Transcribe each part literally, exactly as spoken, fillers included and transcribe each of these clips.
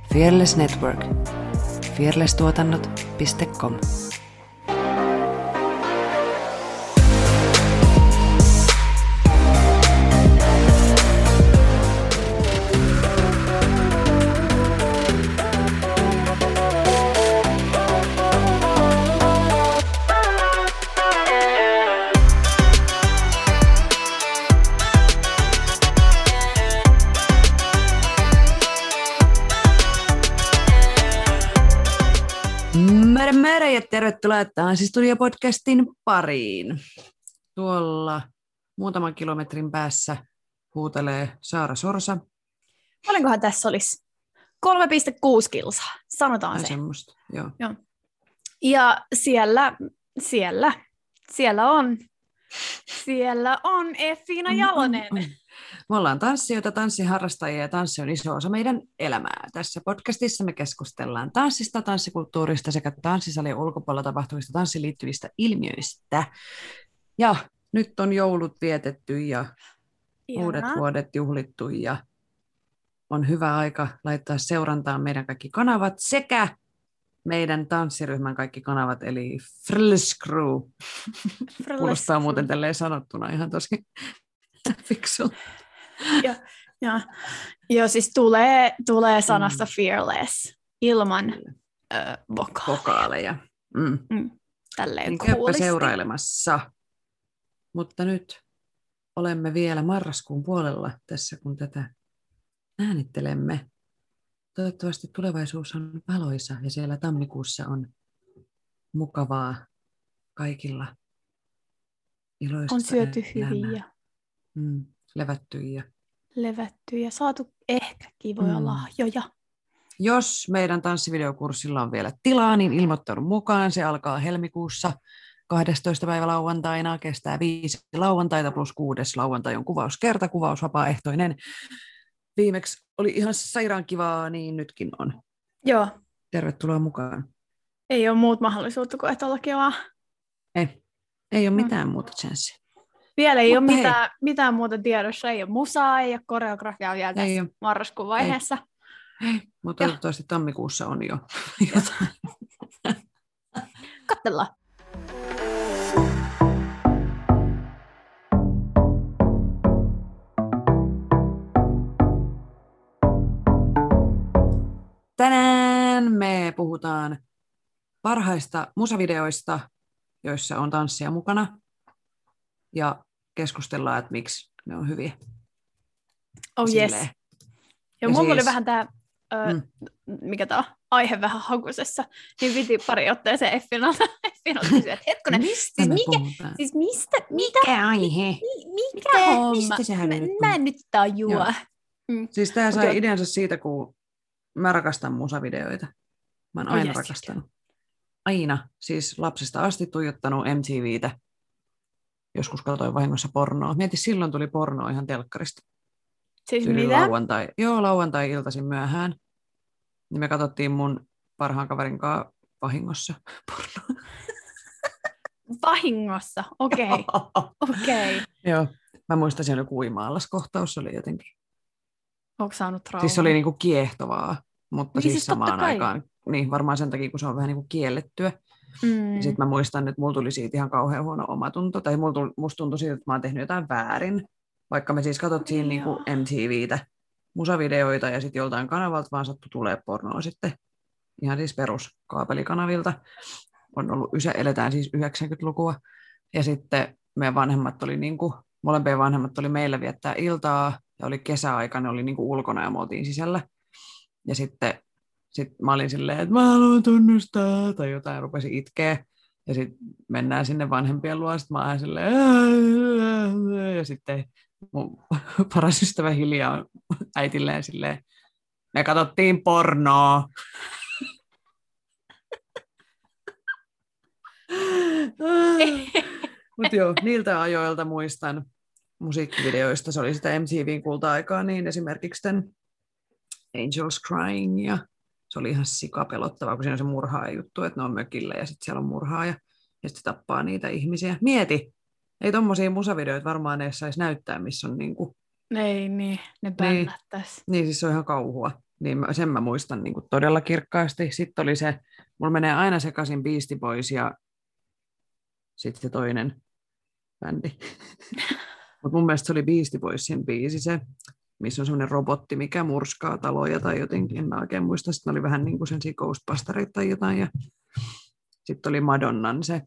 Fearless Network. fearless tuotannot piste com. Ja tervetuloa Tanssistudio-podcastin pariin. Tuolla muutaman kilometrin päässä huutelee Saara Sorsa. Paljonkohan tässä olisi? kolme pilkku kuusi kilsaa, sanotaan Ai se. Semmosta, joo. Joo. Ja siellä, siellä, siellä on, siellä on Effiina Jalonen. Mm, mm, mm. Me ollaan tanssijoita, tanssiharrastajia ja tanssi on iso osa meidän elämää. Tässä podcastissa me keskustellaan tanssista, tanssikulttuurista sekä tanssisalien ulkopuolella tapahtuvista tanssiin liittyvistä ilmiöistä. Ja nyt on joulut vietetty ja Ihanaa. uudet vuodet juhlittu ja on hyvä aika laittaa seurantaan meidän kaikki kanavat sekä meidän tanssiryhmän kaikki kanavat, eli Fearless Crew. Kuulostaa muuten tälleen sanottuna ihan tosi fiksu. Ja, ja, ja siis tulee, tulee sanasta mm. fearless ilman ö, vokaaleja. vokaaleja. Mm. Mm. Tälleen niin käypä coolisti. seurailemassa. Mutta nyt olemme vielä marraskuun puolella tässä, kun tätä äänittelemme. Toivottavasti tulevaisuus on valoisa ja siellä tammikuussa on mukavaa kaikilla. Iloista On syöty elämää. hyvin ja Mm. levätty ja levätty ja saatu ehkä kivoja Mm. lahjoja. jos meidän tanssivideokurssilla on vielä tilaa, niin ilmoittaudu mukaan. Se alkaa helmikuussa kahdestoista päivä lauantaina, kestää viisi lauantaita plus kuudes lauantai on kuvauskerta, kuvaus vapaaehtoinen. Viimeksi oli ihan sairaan kivaa, niin nytkin on. Joo, Tervetuloa mukaan. ei ole muut mahdollisuutta kuin että olla kivaa. Ei, ei ole Mm. mitään muuta chanssiä. Vielä ei Mutta ole hei. mitään, mitään muuta tiedossa, ei ole musaa, ei ole koreografiaa vielä tässä Ei ole. marraskuun vaiheessa. Ei, mutta Joo. toivottavasti tammikuussa on jo jotain. Katsellaan. Tänään me puhutaan parhaista musavideoista, joissa on tanssia mukana, ja keskustellaan, että miksi ne on hyviä. Oh yes. Silleen. Ja Ja mulla oli siis- vähän tämä, Mm. mikä tämä aihe vähän hakusessa, niin piti pari otteeseen Effinalta. Effinalta kysyä, että hetkonen, Mistä siis me mikä, puhutaan? siis mistä, mitä, Mikä aihe? mi, mikä Mitä? homma? Mistä sä mä, nyt mä en nyt tajua. Joo. Mm. Siis tämä Mut sai joo. ideansa siitä, kun mä rakastan musavideoita. Mä oon Oh, aina yes, rakastanut. Aina. Siis lapsesta asti tuijottanut M T V:tä. Joskus katsoin vahingossa pornoa. Mieti, silloin tuli pornoa ihan telkkarista. Siis Yli mitä? lauantai. Joo, lauantai-iltaisin myöhään. Niin me katsottiin mun parhaan kaverin kanssa vahingossa pornoa. Vahingossa, okei, okay. okei. Okay. Joo. Mä muistan siellä joku uima-allaskohtaus, se oli jotenkin. Onko saanut traumaa? Siis se oli niinku kiehtovaa, mutta Niin siis, siis totta samaan kai. aikaan, niin varmaan sen takia, kun se on vähän niinku kiellettyä. Mm. Ja sitten mä muistan, että mulla tuli siitä ihan kauhean huono omatunto, tai mulla tuli, musta tuntui siitä, että mä oon tehnyt jotain väärin, vaikka me siis katsottiin Joo. niinku M T V:tä, musavideoita, ja sitten joltain kanavalta vaan sattui tulee pornoa sitten, ihan siis peruskaapelikanavilta. On ollut, ysä, eletään siis yhdeksänkymmentälukua, ja sitten meidän vanhemmat oli niinku, molempien vanhemmat oli meillä viettää iltaa, ja oli kesäaika, ne oli niinku ulkona ja me oltiin sisällä. Ja sitten sit mä olin silleen, että mä haluan tunnustaa, tai jotain, rupesin itkeä. Ja sitten mennään sinne vanhempien luo, sitten mä oon silleen, ja sitten mun paras ystävä Hilja on äitilleen silleen, me katsottiin pornoa. Mutta joo, niiltä ajoilta muistan musiikkivideoista, se oli sitä M T V:n kulta-aikaa, niin esimerkiksi tämän Angels Crying, ja se oli ihan sikapelottavaa, kun siinä on se murhaaja juttu, että ne on mökillä ja sitten siellä on murhaaja, ja sitten tappaa niitä ihmisiä. Mieti, ei tommosia musavideoita varmaan edes saisi näyttää, missä on niinku... Ei niin, ne bännättäisi. Niin, siis se on ihan kauhua. Niin mä- sen mä muistan niin kuin todella kirkkaasti. Sitten oli se, mulla menee aina sekaisin Beastie Boys ja sitten se toinen bändi. Mutta mun mielestä se oli Beastie Boysin biisi se, missä on semmoinen robotti, mikä murskaa taloja tai jotenkin, en mä oikein muista. Sitten oli vähän niin kuin sen Ghostbusterit tai jotain. Ja sitten oli Madonnan se,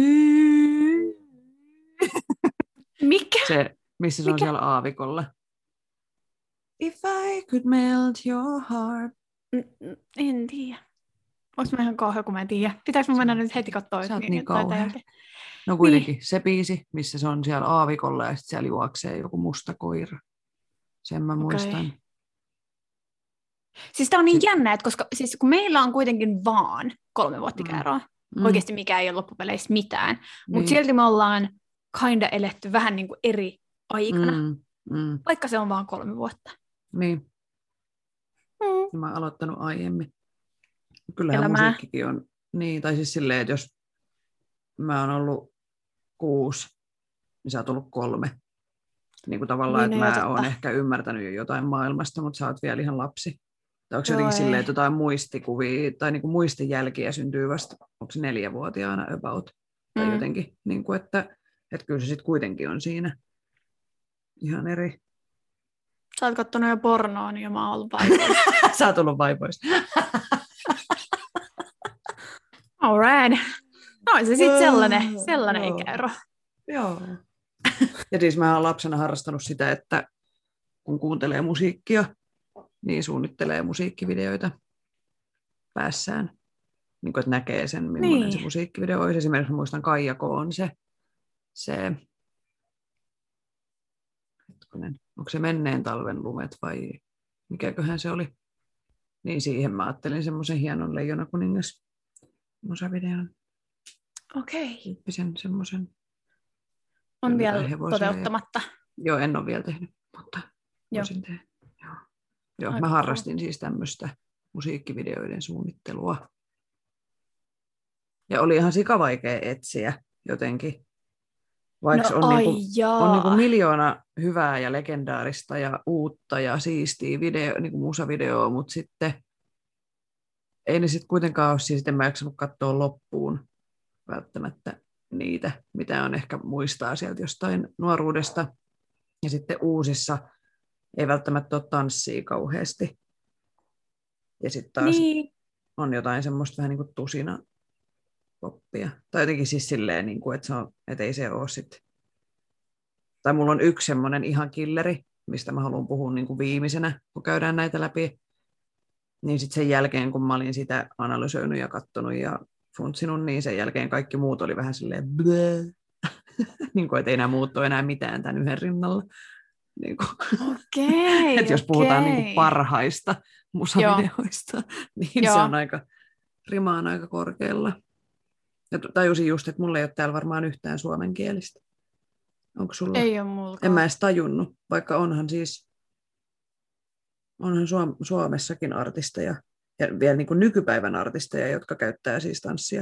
Mikä? se missä se on Mikä? siellä aavikolla. If I could melt your heart. Mm, mm, En tiedä. Onko mä ihan kauhean, kun mä en tiedä? Pitääkö mä mennä nyt heti katsoa? Sä oot että niin tai tämän kauhea. jälkeen? No kuitenkin niin. Se biisi, missä se on siellä aavikolla ja sitten siellä juoksee joku musta koira. Sen mä muistan. Okay. Siis tää on niin Sit... jännä, että koska siis kun meillä on kuitenkin vaan kolme vuotta Mm. ikäeroa, Mm. oikeasti mikä ei ole loppupeleissä mitään, niin. Mutta Niin. silti me ollaan kinda eletty vähän niin kuin eri aikana, Mm. Mm. vaikka se on vaan kolme vuotta. Niin. Mm. Mä oon aloittanut aiemmin. Kyllähän Elämää. musiikkikin on, niin, tai siis silleen, että jos mä oon ollut kuusi, niin sä oot ollut kolme. Niin kuin tavallaan, Niin, että no mä joo, oon totta. ehkä ymmärtänyt jo jotain maailmasta, mutta sä oot vielä ihan lapsi. Tai onko se Joo, jotenkin ei. silleen, että jotain muistikuvia, tai niin kuin muistijälkiä syntyy vasta, onko se neljävuotiaana about, tai Mm. jotenkin, niin kuin, että, että kyllä se sitten kuitenkin on siinä ihan eri. Sä oot kattonut jo pornoa, niin mä oon ollut vaipoissa. Sä oot ollut vaipoissa. All right. No se sitten sellainen, sellainen Joo. ikäero. Joo. Ja siis mä oon lapsena harrastanut sitä, että kun kuuntelee musiikkia, niin suunnittelee musiikkivideoita päässään. Niin kuin, että näkee sen, millainen Niin. se musiikkivideo olisi. Esimerkiksi mä muistan Kaija K. on se, se hetkonen, onko se Menneen talven lumet vai mikäköhän se oli. Niin siihen mä ajattelin semmoisen hienon Leijonakuningas musavideon. Okei. Tyyppisen semmoisen. On jotain vielä hevosia toteuttamatta. Joo, en ole vielä tehnyt, mutta Joo. voisin tehdä. Joo. Joo, Aika mä cool. harrastin siis tämmöistä musiikkivideoiden suunnittelua. Ja oli ihan sikavaikea etsiä jotenkin. Vaikka No on, ai niinku, jaa. on niinku miljoona hyvää ja legendaarista ja uutta ja siistiä video, niinku musavideoa, mutta sitten ei ne sitten kuitenkaan ole, siis en mä jaksanut katsoa loppuun välttämättä niitä, mitä on ehkä muistaa sieltä jostain nuoruudesta. Ja sitten uusissa ei välttämättä ole tanssia kauheasti. Ja sitten taas Niin. on jotain semmoista vähän niin kuin tusina poppia. Tai jotenkin siis silleen, niin kuin, että, se on, että ei se ole sitten. Tai mulla on yksi semmoinen ihan killeri, mistä mä haluan puhua niin kuin viimeisenä, kun käydään näitä läpi. Niin sitten sen jälkeen, kun mä olin sitä analysoinut ja katsonut ja funtsinut, niin sen jälkeen kaikki muut oli vähän silleen bleh. Niin kuin, että ei enää muut ole enää mitään tämän yhden rinnalla. Niin kuin. Okei, että jos okei. puhutaan niin kuin parhaista musavideoista, niin Joo. se on aika, rima on aika korkealla. Ja tajusin just, että mulla ei ole täällä varmaan yhtään suomenkielistä. Onko sulla? Ei ole mulkaan. En mä edes tajunnut, vaikka onhan siis, onhan Suom- Suomessakin artisteja, ja vielä niin kuin nykypäivän artisteja, jotka käyttää siis tanssia.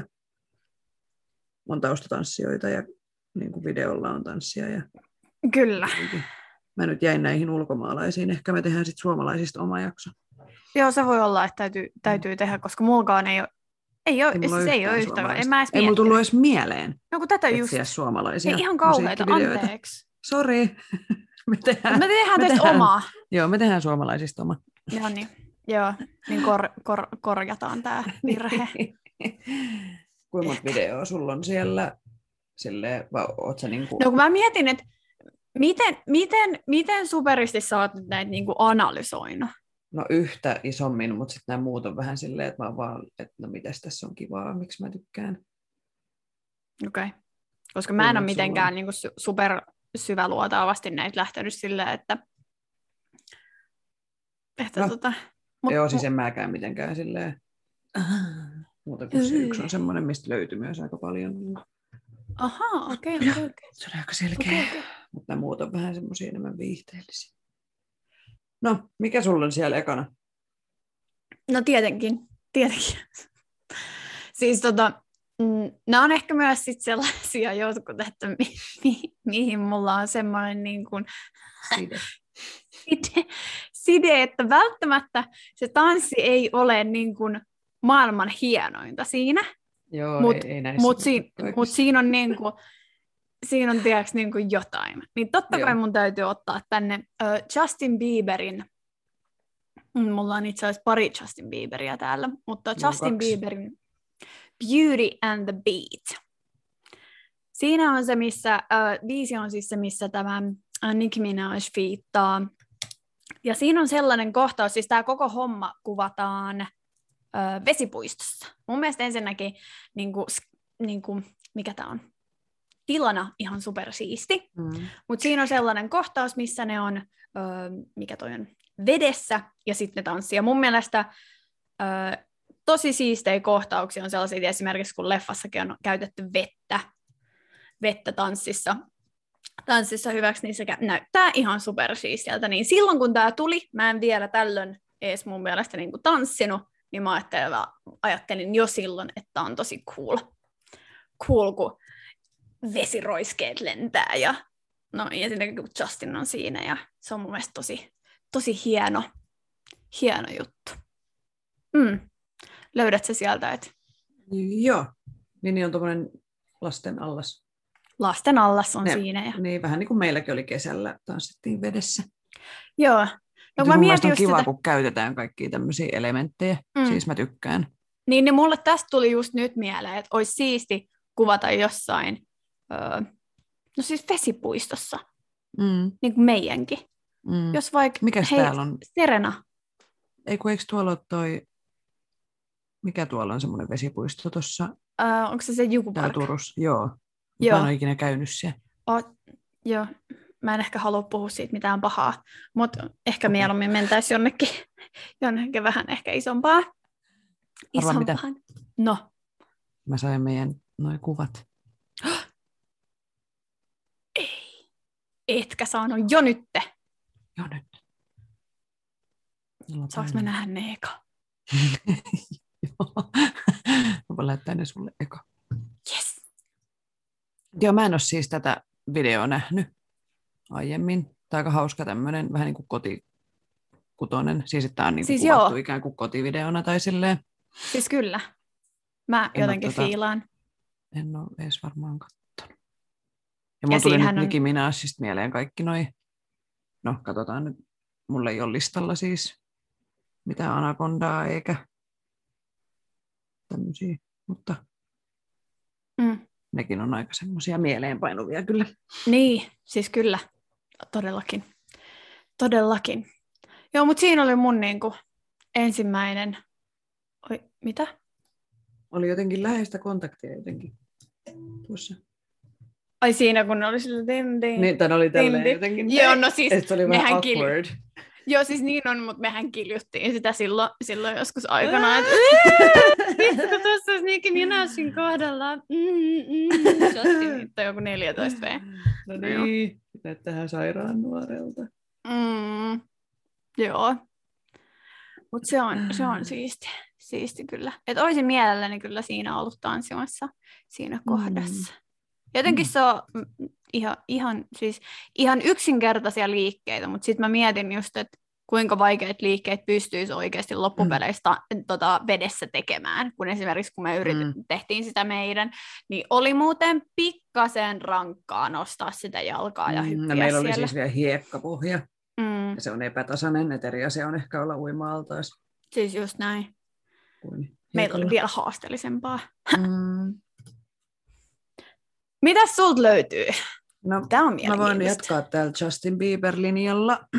On taustatanssijoita ja niin kuin videolla on tanssia. Ja Kyllä. mä nyt jäin näihin ulkomaalaisiin. Ehkä me tehdään sitten suomalaisista oma jakso. Joo, se voi olla, että täytyy, täytyy tehdä, koska mulkaan ei ole, ei ole, Ei mulla siis ole ei ole yhtään yhtä. En suomalaista. mä edes Ei mulla tullut miettinyt. edes mieleen No kun tätä just, etsiä suomalaisia ei ihan kauheita, musiikkivideoita. anteeksi. Sori. me tehdään, Me tehdään me tästä tehdään, omaa. Joo, me tehdään suomalaisista oma. Joo, niin, joo, niin kor, kor, korjataan tämä virhe. Kuinka monta videoa sulla on siellä? Silleen, vai oot sä niinku... No kun mä mietin, että miten, miten, miten superisti sä oot nyt näitä niinku analysoinut? No yhtä isommin, mutta sitten nämä muut on vähän silleen, että mä oon vaan, että no mitäs tässä on kivaa, miksi mä tykkään. Okei. Okay. Koska mä en Kuinka ole sulla mitenkään on? niinku su- super syväluotaavasti näitä lähtenyt silleen, että... että No. tota, mut, Joo, siis en mäkään mitenkään silleen. Muuta kuin se yksi on semmoinen, mistä löytyy myös aika paljon. Ahaa, okei, okei, okei. Se on aika selkeä. Okei, okei. Mutta nämä muut on vähän semmoisia enemmän viihteellisiä. No, mikä sulla on siellä ekana? No tietenkin, tietenkin. Siis tota, mm, nämä on ehkä myös sit sellaisia jotkut, että mi- mi- mihin mulla on semmoinen niin kuin Side. side, Side, että välttämättä se tanssi ei ole niin kuin maailman hienointa siinä, Joo, mutta ei, ei näissä mut si, mut siinä on, niin kuin, siinä on tiedätkö, niin kuin jotain. Niin totta kai mun täytyy ottaa tänne uh, Justin Bieberin, mulla on itse asiassa pari Justin Bieberia täällä, mutta Justin Bieberin Beauty and the Beat. Siinä on se, missä, uh, biisi on siis se, missä tämä uh, Nicki Minaj fiittaa. Ja siinä on sellainen kohtaus, siis tämä koko homma kuvataan uh, vesipuistossa. Mun mielestä ensinnäkin, niin kuin, niin kuin, mikä tämä on, tilana ihan supersiisti. Mm. Mutta siinä on sellainen kohtaus, missä ne on, uh, mikä toi on, vedessä ja sitten ne tanssii. Ja mun mielestä uh, tosi siistejä kohtauksia on sellaisia, esimerkiksi kun leffassakin on käytetty vettä, vettä tanssissa, tanssissa hyväksi, niin se näyttää ihan supersiistiltä. Niin silloin kun tämä tuli, mä en vielä tällöin edes mun mielestä niin kuin tanssinut, niin mä ajattelin, ajattelin jo silloin, että on tosi cool, cool kun vesiroiskeet lentää. Ja, no, ja sitten kun Justin on siinä, ja se on mun mielestä tosi, tosi hieno, hieno juttu. Mm. Löydät sä sieltä, että... Joo, niin, niin on tuommoinen lasten allas. Lasten allas on ne, siinä. Ja... Niin, vähän niin kuin meilläkin oli kesällä, tanssittiin vedessä. Joo. No, mä mun mielestä on kiva, sitä... kun käytetään kaikkia tämmöisiä elementtejä, mm. siis mä tykkään. Niin, niin mulle tästä tuli just nyt mieleen, että olisi siisti kuvata jossain, öö, no siis vesipuistossa, mm. niin kuin meidänkin. Mm. Jos vaikka, mikäs hei, täällä on? Serena. Ei kun eikö tuolla ole toi, mikä tuolla on semmoinen vesipuisto tuossa? Öö, onko se se Jukupark? Turussa, joo. Joo. Mä en ole ikinä käynyt siellä. O, joo, mä en ehkä halua puhua siitä mitään pahaa, mutta ehkä okay. Mieluummin mentäisiin jonnekin, jonnekin vähän ehkä isompaa. Arvaa mitä? No. Mä sain meidän noi kuvat. Ei. Etkä saanut jo nytte. Jo nyt. Saanko mä nähdä ne eka? Joo. Mä voin laittaa ne sulle eka. Yes. Joo, mä en ole siis tätä videoa nähnyt aiemmin. Tämä on aika hauska tämmöinen, vähän niin kuin kotikutoinen. Siis että tämä on niin kuin siis kuvattu joo. ikään kuin kotivideona tai silleen. Siis kyllä. Mä en jotenkin tota, fiilaan. En ole edes varmaan katsonut. Ja mulla tuli nyt on... Nicki Minajista mieleen kaikki noi. No, katsotaan nyt. Mulla ei ole listalla siis mitään anakondaa eikä tämmöisiä, mutta mm. nekin on aika semmoisia mieleenpainuvia kyllä. Niin, siis kyllä. Todellakin. Todellakin. Joo, mutta siinä oli mun niinku ensimmäinen... Oi, mitä? Oli jotenkin läheistä kontaktia jotenkin tuossa. Ai siinä, kun ne oli sillä din, din, niin, tämän oli tälleen din, jotenkin. Joo, no siis se oli vähän awkward. Kil... Joo, siis niin on, mutta mehän kiljuttiin sitä silloin, silloin joskus aikana, että vittu, kun tuossa olisi Nicki Minajin kohdalla. Mm, mm, Justin, tai joku neljätoista vuotta. No niin, näyttää sairaan nuorelta. Mm, joo. Mutta se on, se on siisti, siisti kyllä. Että olisin mielelläni kyllä siinä ollut tanssimassa siinä kohdassa. Mm. Jotenkin mm. se on ihan, ihan, siis ihan yksinkertaisia liikkeitä, mutta sitten mä mietin just, että kuinka vaikeat liikkeet pystyisi oikeasti loppupeleistä mm. tota, vedessä tekemään. Kun esimerkiksi kun me yritin, mm. tehtiin sitä meidän, niin oli muuten pikkasen rankkaa nostaa sitä jalkaa ja hyppiä mm. no, meillä siellä. oli siis vielä hiekkapohja. Mm. Ja se on epätasainen, että eri asia on ehkä olla uima-altaas. Siis just näin. Meillä oli vielä haasteellisempaa. Mm. Mitäs sulta löytyy? No, Tämä on mä voin jatkaa täällä Justin Bieber-linjalla.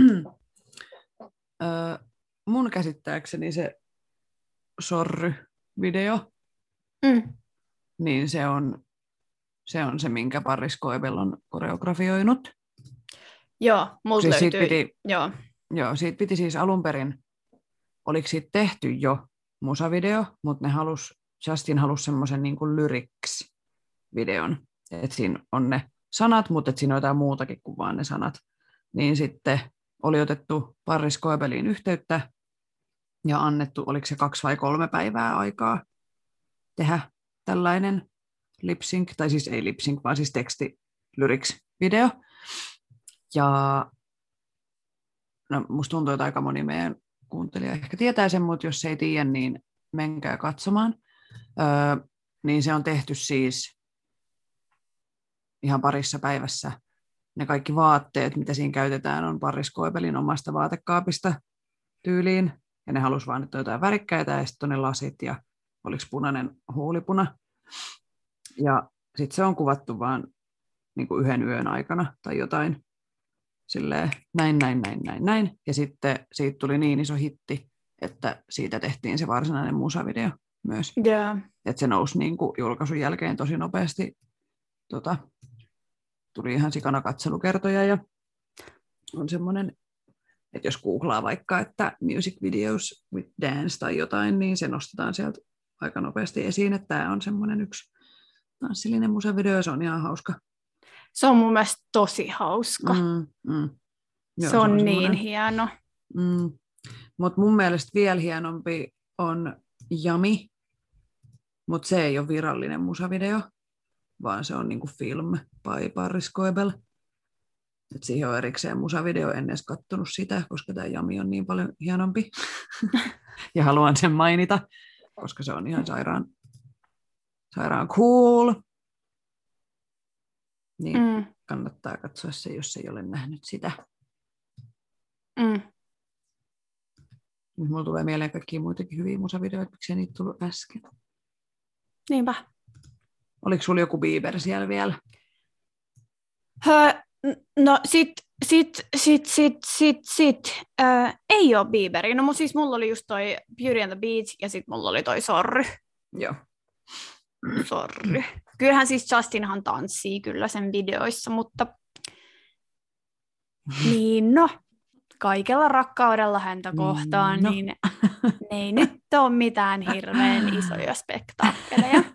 Mun käsittääkseni se Sorry-video, mm. niin se on, se on se, minkä Paris Goebel on koreografioinut. Joo, multa siis löytyy. Siitä piti, joo. joo, siitä piti siis alun perin, oliko siitä tehty jo musavideo, mutta ne halus, Justin halusi semmoisen niin kuin lyrics-videon, että siinä on ne sanat, mutta että siinä on jotain muutakin kuin vaan ne sanat. Niin sitten oli otettu Paris Goebeliin yhteyttä ja annettu, oliko se kaksi vai kolme päivää aikaa tehdä tällainen lip-sync, tai siis ei lip-sync, vaan siis teksti lyrics-video. Ja no musta tuntuu, että aika moni meidän kuuntelija ehkä tietää sen, mutta jos ei tiedä, niin menkää katsomaan. Öö, niin se on tehty siis ihan parissa päivässä. Ne kaikki vaatteet, mitä siinä käytetään, on Paris Koebelin omasta vaatekaapista tyyliin. Ja ne halusi vaan, että on jotain värikkäitä ja sitten on ne lasit ja oliko punainen huulipuna. Ja sitten se on kuvattu vaan niin kuin yhden yön aikana tai jotain. Silleen näin, näin, näin, näin, näin. Ja sitten siitä tuli niin iso hitti, että siitä tehtiin se varsinainen musavideo myös. Yeah. Että se nousi niin kuin julkaisun jälkeen tosi nopeasti. Tota, tuli ihan sikana katselukertoja ja on semmoinen, että jos googlaa vaikka, että music videos with dance tai jotain, niin se nostetaan sieltä aika nopeasti esiin, että tämä on semmoinen yksi tanssillinen musavideo ja se on ihan hauska. Se on mun mielestä tosi hauska. Mm, mm. Joo, se on, se on niin hieno. Mm. Mutta mun mielestä vielä hienompi on Yummy, mutta se ei ole virallinen musavideo, vaan se on niinku film by Paris Koebel. Et siihen on erikseen musavideo, en edes kattonut sitä, koska tämä Yummy on niin paljon hienompi. Ja haluan sen mainita, koska se on ihan sairaan, sairaan cool. Niin mm. kannattaa katsoa se, jos ei ole nähnyt sitä. Mm. Nyt mulla tulee mieleen kaikkia muitakin hyviä musavideoita, miksei niitä tullut äsken. Niinpä. Oliko sulla joku Bieber siellä vielä? Höö, no sit, sit, sit, sit, sit, sit. Öö, ei oo Bieberi. No mut siis mulla oli just toi Beauty and the Beast ja sit mulla oli toi Sorry. Joo. Sorry. Kyllähän siis Justinhan tanssii kyllä sen videoissa, mutta niin no, kaikella rakkaudella häntä kohtaan, no. Niin ne ei nyt ole mitään hirveän isoja spektaakkeleja.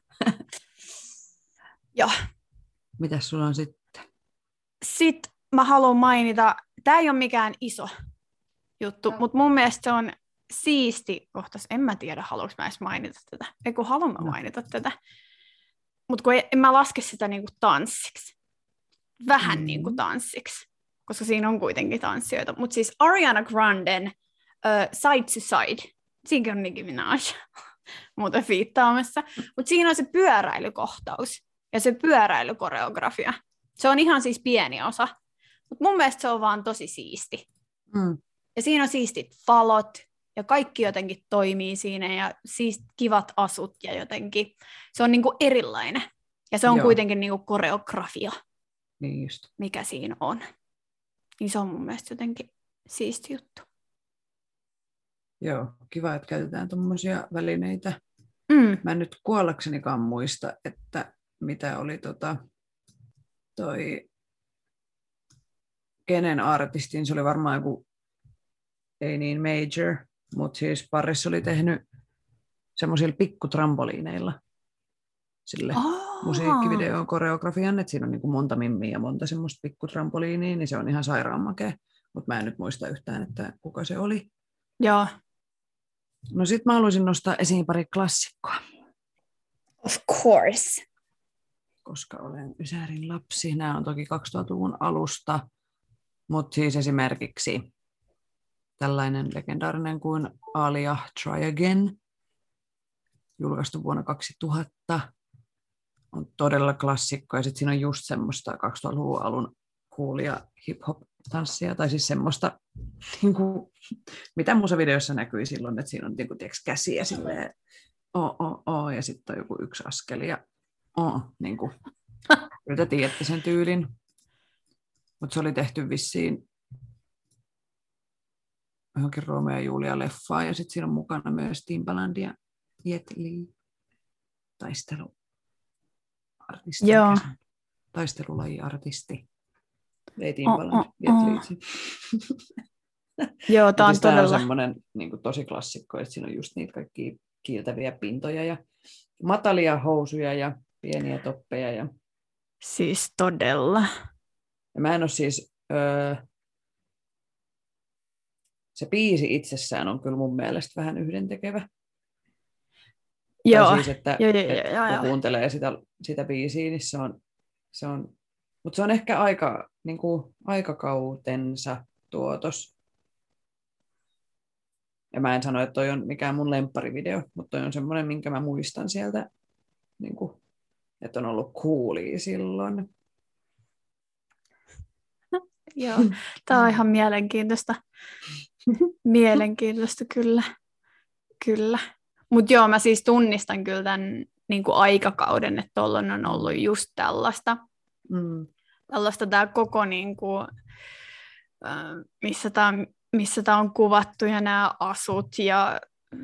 Joo. Mitäs sulla on sitten? Sitten mä haluan mainita, tää ei ole mikään iso juttu, no. Mutta mun mielestä se on siisti kohtas. En mä tiedä, haluanko mä edes mainita tätä. Ei kun haluan mä no. mainita tätä. Mutta kun en mä laske sitä niinku tanssiksi. Vähän mm. niinku tanssiksi. Koska siinä on kuitenkin tanssijoita. Mutta siis Ariana Granden uh, Side to Side. Siinäkin on Nicki Minaj muuten fiittaamassa. Mutta siinä on se pyöräilykohtaus. Ja se pyöräilykoreografia. Se on ihan siis pieni osa. Mutta mun mielestä se on vaan tosi siisti. Mm. Ja siinä on siistit valot. Ja kaikki jotenkin toimii siinä. Ja siis kivat asut ja jotenkin. Se on niinku erilainen. Ja se on Joo. kuitenkin niinku koreografia. Niin just. Mikä siinä on. Niin se on mun mielestä jotenkin siisti juttu. Joo, kiva, että käytetään tuommoisia välineitä. Mm. Mä en nyt kuollaksenikaan muista, että mitä oli tota, toi kenen artistin, se oli varmaan joku ei niin major, mutta siis Paris oli tehnyt semmoisilla pikkutrampoliineilla sille oh. musiikkivideon koreografian, että siinä on niin kuin monta mimmiä ja monta semmoista pikkutrampoliinia, niin se on ihan sairaan makea, mutta mä en nyt muista yhtään, että kuka se oli. Joo. No sit mä haluaisin nostaa esiin pari klassikkoa. Of course. Koska olen Ysärin lapsi. Nämä on toki kaksituhattaluvun alusta, mutta siis esimerkiksi tällainen legendaarinen kuin Alia Try Again, julkaistu vuonna kaksituhatta, on todella klassikko. Ja sitten siinä on just semmoista kaksituhattaluvun alun coolia hip-hop-tanssia, tai siis semmoista, niin kuin, mitä musavideossa näkyi silloin, että siinä on niin kuin, tiiäks, käsiä silleen, oh, oh, oh, ja sitten on joku yksi askel, ja oh, niin kuin, kyllä te tiedätte sen tyylin. Mutta se oli tehty vissiin johonkin Romeo ja Julia-leffaan, ja sitten siinä on mukana myös Timbaland ja Jet Li, taisteluartisti. Joo. Taistelulaji-artisti. Ei Timbaland, oh, oh, Jet Li. Joo, tämä on siis todella. Tämä on semmoinen niin kuin tosi klassikko, että siinä on just niitä kaikkia kiiltäviä pintoja ja matalia housuja ja pieniä toppeja. Ja... Siis todella. Ja mä en ole siis... Öö... Se biisi itsessään on kyllä mun mielestä vähän yhdentekevä. Joo. Tai siis, että, joo, joo, että joo, kun joo. kuuntelee sitä, sitä biisiä, niin se on... Se on mutta se on ehkä aika, niin kuin, aikakautensa tuotos. Ja mä en sano, että toi on mikään mun lempparivideo, mutta toi on semmoinen, minkä mä muistan sieltä, niin kuin, että on ollut coolia silloin. Joo, tää on ihan mielenkiintoista. Mielenkiintoista, kyllä. Kyllä. Mutta joo, mä siis tunnistan kyllä tämän niin kuin aikakauden, että tollon on ollut just tällaista. Mm. Tällaista tämä koko, niin kuin, äh, missä tämä missä tää on kuvattu ja nämä asut ja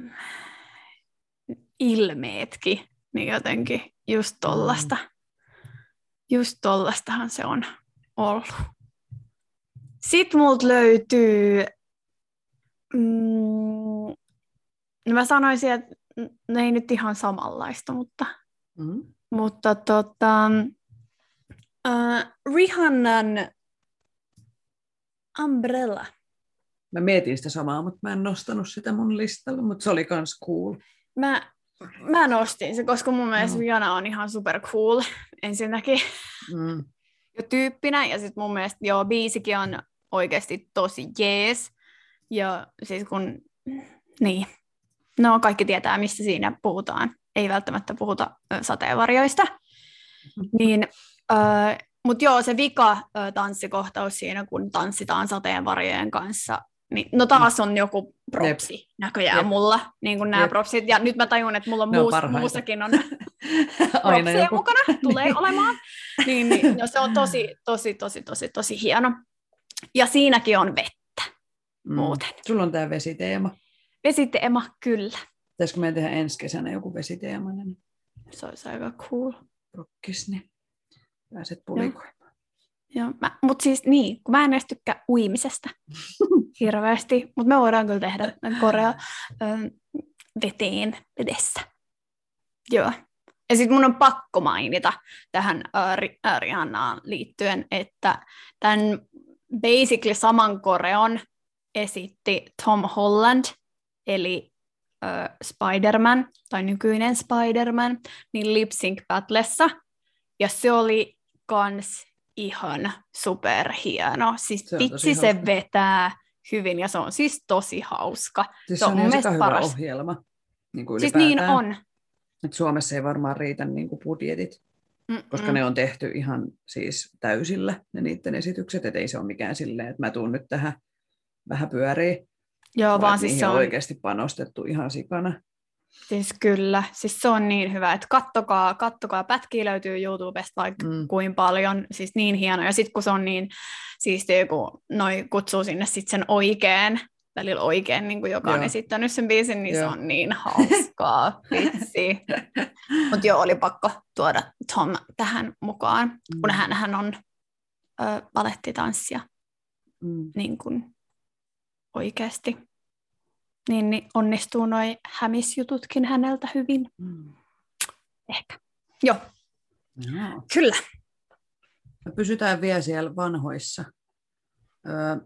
ilmeetkin, niin jotenkin just tollasta. Just tollastahan se on ollut. Sitten multa löytyy, mm, no mä sanoisin, että ne ei nyt ihan samanlaista, mutta, Mm. mutta tota, uh, Rihannan Umbrella. Mä mietin sitä samaa, mutta mä en nostanut sitä mun listalle, mutta se oli kans cool. Mä, mä nostin se, koska mun mielestä No. Rihanna on ihan super cool ensinnäkin Mm. jo tyyppinä, ja sitten mun mielestä joo, biisikin on oikeasti tosi jees, ja siis kun, niin, no kaikki tietää, mistä siinä puhutaan, ei välttämättä puhuta ö, sateenvarjoista, niin, mutta joo, se vika ö, tanssikohtaus siinä, kun tanssitaan sateenvarjojen kanssa, niin, no taas on joku propsi Jep. näköjään Jep. mulla, niin kuin nämä propsit, ja nyt mä tajun, että mulla muus, muussakin on propseja mukana, tulee olemaan, niin, niin no, se on tosi, tosi, tosi, tosi, tosi hieno. Ja siinäkin on vettä mm. muuten. Sulla on tää vesiteema. Vesiteema, kyllä. Pitäisikö meidän tehdä ensi kesänä joku vesiteemainen? Se olisi aika cool. Rokkis, niin pääset pulikoimaan. Joo, mutta siis niin, kun mä en edes tykkää uimisesta hirveästi, mutta me voidaan kyllä tehdä korea ö, veteen vedessä. Joo. Ja sitten mun on pakko mainita tähän äh, Rihannaan liittyen, että tämän basically saman koreon esitti Tom Holland, eli äh, Spider-Man, tai nykyinen Spider-Man, niin Lip Sync Battlessa. Ja se oli kans ihan superhieno. Siis se vitsi se hauska. Vetää hyvin, ja se on siis tosi hauska. Siis se on, on mun mielestä hyvä paras. ohjelma. Niin kuin siis niin on. Et Suomessa ei varmaan riitä niin kuin budjetit, Mm-mm. koska ne on tehty ihan siis täysillä, ne niiden esitykset, et ei se ole mikään silleen, että mä tuun nyt tähän vähän pyöriin. Joo, vaan siis se on on oikeasti panostettu ihan sikana. Siis kyllä, siis se on niin hyvä, että kattokaa, kattokaa, pätkiä löytyy YouTubesta vaikka mm. kuin paljon, siis niin hieno. Ja sitten kun se on niin siistiä, kun noi kutsuu sinne sitten sen oikein, välillä oikein, niin kuin joka on joo. esittänyt sen biisin, niin joo. se on niin hauskaa, vitsi. Mutta joo, oli pakko tuoda Tom tähän mukaan, mm. kun hän, hän on ö, balettitanssija mm. niin kuin oikeasti. Niin, niin onnistuu noi hämisjututkin häneltä hyvin. Mm. Ehkä. Joo. Joo. Kyllä. Me pysytään vielä siellä vanhoissa. Öö,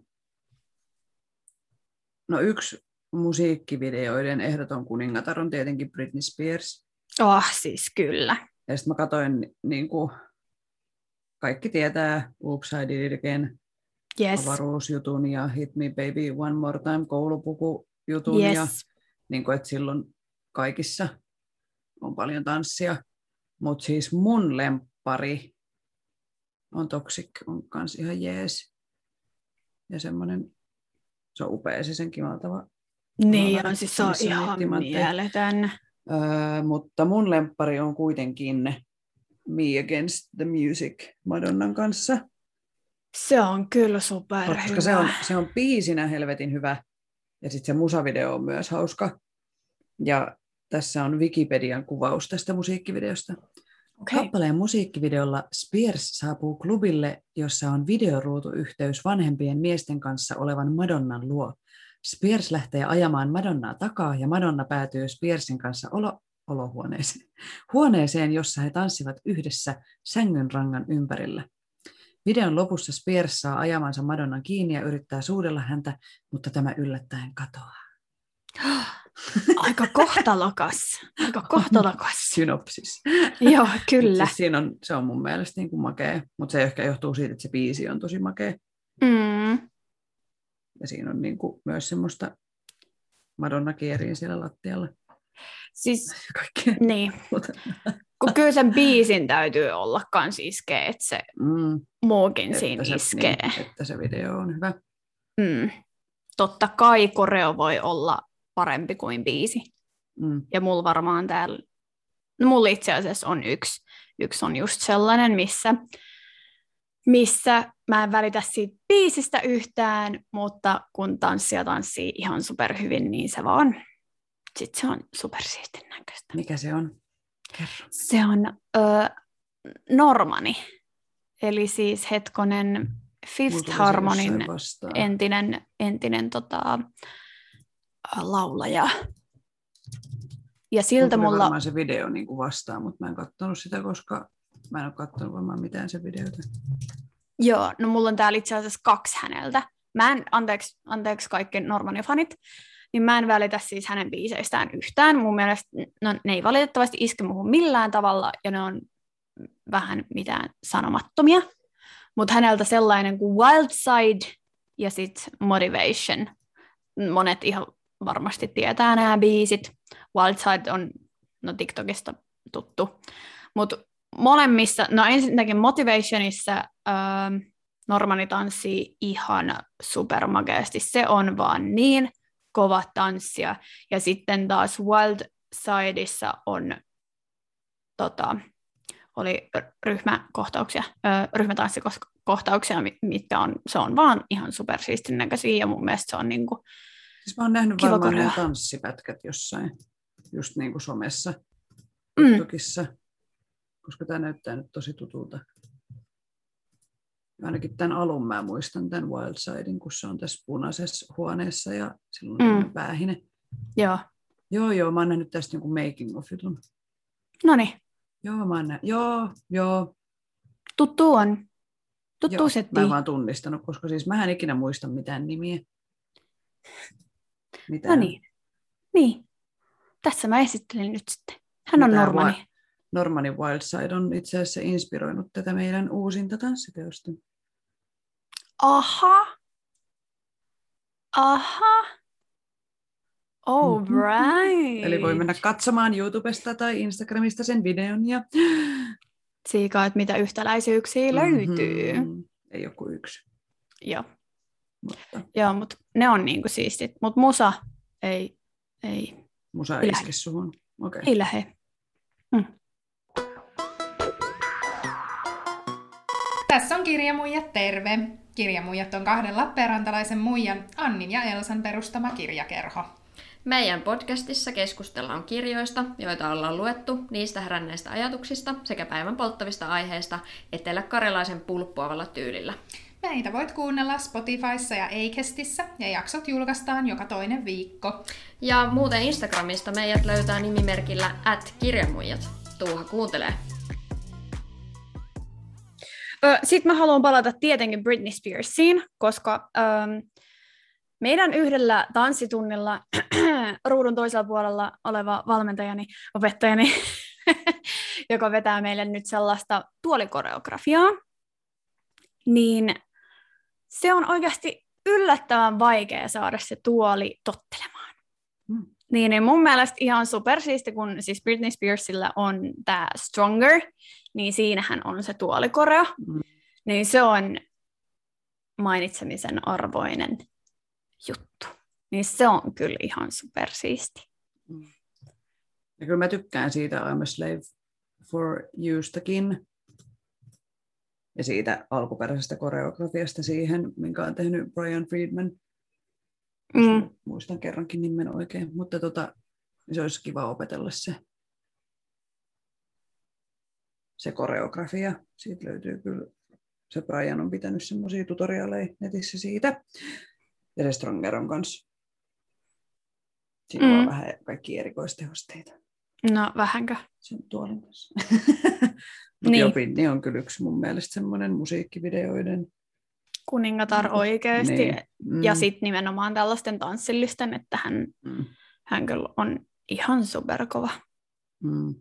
no yksi musiikkivideoiden ehdoton kuningatar on tietenkin Britney Spears. Oh, siis kyllä. Ja sitten mä katsoin, niin kuin kaikki tietää Oops, I Did It Again, yes. avaruusjutun ja Hit Me Baby One More Time koulupuku jutun yes. ja niin kuin, että silloin kaikissa on paljon tanssia. Mutta siis mun lemppari on Toxic, on kans ihan jees. Ja semmoinen, se on upea se sen kimaltava. Niin on, siis se on ihan mieletön. Öö, mutta mun lemppari on kuitenkin Me Against the Music Madonnan kanssa. Se on kyllä superhyvä. Koska se on, se on biisinä helvetin hyvä. Ja sitten se musavideo on myös hauska. Ja tässä on Wikipedian kuvaus tästä musiikkivideosta. Okay. Kappaleen musiikkivideolla Spears saapuu klubille, jossa on videoruutuyhteys vanhempien miesten kanssa olevan Madonnan luo. Spears lähtee ajamaan Madonnaa takaa ja Madonna päätyy Spearsin kanssa olo- olohuoneeseen. Huoneeseen, jossa he tanssivat yhdessä sängynrangan ympärillä. Videon lopussa Spears saa ajamansa Madonnan kiinni ja yrittää suudella häntä, mutta tämä yllättäen katoaa. Aika kohtalokas. Aika kohtalokas. Synopsis. Joo, kyllä. Siis siinä on, se on mun mielestä niin kuin makea, mutta se ehkä johtuu siitä, että se biisi on tosi makea. Mm. Ja siinä on niin kuin myös semmoista Madonna kierii siellä lattialla. Siis, Kaikkea. niin. Kun kyllä sen biisin täytyy olla kans iskeä, että se Mm, muukin että siinä se, iskee. niin, että se video on hyvä. Mm. Totta kai koreo voi olla parempi kuin biisi. Mm. Ja mulla varmaan täällä, no mulla itse asiassa on yksi. Yksi on just sellainen, missä, missä mä en välitä siitä biisistä yhtään, mutta kun tanssia tanssii ihan superhyvin, niin se vaan, sit se on supersiistin näköistä. Mikä se on? Kerro. Se on ö, Normani, eli siis hetkonen Fifth Harmonin entinen, entinen tota, laulaja. Ja siltä mulla... mulla... varmaan se video niin kuin vastaa, mutta mä en katsonut sitä, koska mä en ole katsonut varmaan mitään se videota. Joo, no mulla on täällä itse asiassa kaksi häneltä. Mä en, anteeksi, anteeksi kaikki Normani-fanit, niin mä en välitä siis hänen biiseistään yhtään. Mun mielestä no, ne ei valitettavasti iske muuhun millään tavalla, ja ne on vähän mitään sanomattomia. Mutta häneltä sellainen kuin Wild Side ja sitten Motivation. Monet ihan varmasti tietää nämä biisit. Wild Side on no, TikTokista tuttu. Mutta molemmissa, no ensinnäkin Motivationissa ähm, Normani tanssii ihan supermakeasti. Se on vaan niin kova tanssia. Ja sitten taas Wild Sideissa on tota, oli ryhmäkohtauksia, ö, ryhmätanssikohtauksia, mitkä on, se on vaan ihan supersiistin näköisiä, ja mun mielestä se on niinku siis mä oon nähnyt kiva varmaan korjaa. ne tanssipätkät jossain, just niinku somessa, Mm. TikTokissa, koska tää näyttää nyt tosi tutulta. Ainakin tämän alun mä muistan tämän Wild Sidein, kun se on tässä punaisessa huoneessa ja silloin on mm. päähine. Joo. Joo, joo, mä oon nähnyt tästä jonkun making of jutun. Noniin. Joo, mä oon nähnyt. Joo, joo. Tuttu on. Tuttu joo, setti. mä en vaan tunnistanut, koska siis mä en ikinä muista mitään nimiä. Mitään. No niin. Niin. Tässä mä esittelin nyt sitten. Hän on Normani. Wa- Normani Wildside on itse asiassa inspiroinut tätä meidän uusinta tanssiteosta. Aha. Aha. All mm-hmm. right. Eli voi mennä katsomaan YouTubesta tai Instagramista sen videon ja siikaa, että mitä yhtäläisyyksiä mm-hmm. löytyy. Ei joku yksi. Joo. Mutta. Joo, mutta ne on niinku siistit. Mutta musa ei. ei. Musa ei iske suhun. Okay. Ei lähe. Mm. Tässä on Kirjamuijat, terve! Kirjamuijat on kahden lappeenrantalaisen muijan, Annin ja Elsan perustama kirjakerho. Meidän podcastissa keskustellaan kirjoista, joita ollaan luettu, niistä heränneistä ajatuksista sekä päivän polttavista aiheista eteläkarjalaisen pulppuavalla tyylillä. Meitä voit kuunnella Spotifyssa ja Acastissa, ja jaksot julkaistaan joka toinen viikko. Ja muuten Instagramista meidät löytää nimimerkillä at kirjamuijat. Tuuha kuuntelee. Sitten mä haluan palata tietenkin Britney Spearsiin, koska ähm, meidän yhdellä tanssitunnilla ruudun toisella puolella oleva valmentajani, opettajani, joka vetää meille nyt sellaista tuolikoreografiaa, niin se on oikeasti yllättävän vaikea saada se tuoli tottelemaan. Mm. Niin, niin mun mielestä ihan supersiisti, kun siis Britney Spearsilla on tämä Stronger, niin siinähän on se tuolikoreo. Mm. Niin se on mainitsemisen arvoinen juttu. Niin se on kyllä ihan supersiisti. Mm. Ja kyllä mä tykkään siitä I'm a Slave for Youstakin. Ja siitä alkuperäisestä koreografiasta siihen, minkä on tehnyt Brian Friedman. Mm. Muistan kerrankin nimen oikein, mutta tota, se olisi kiva opetella se, se koreografia. Siitä löytyy kyllä, se Brian on pitänyt semmoisia tutorialeja netissä siitä. Ja se Stronger on kanssa. Siinä mm. on vähän kaikki erikoistehosteita. No vähänkö? Sen tuolin kanssa. Mutta niin. Britney on kyllä yksi mun mielestä semmoinen musiikkivideoiden kuningatar mm. oikeasti. Niin. Mm. Ja sitten nimenomaan tällaisten tanssillisten, että hän, mm. hän kyllä on ihan superkova. Mm.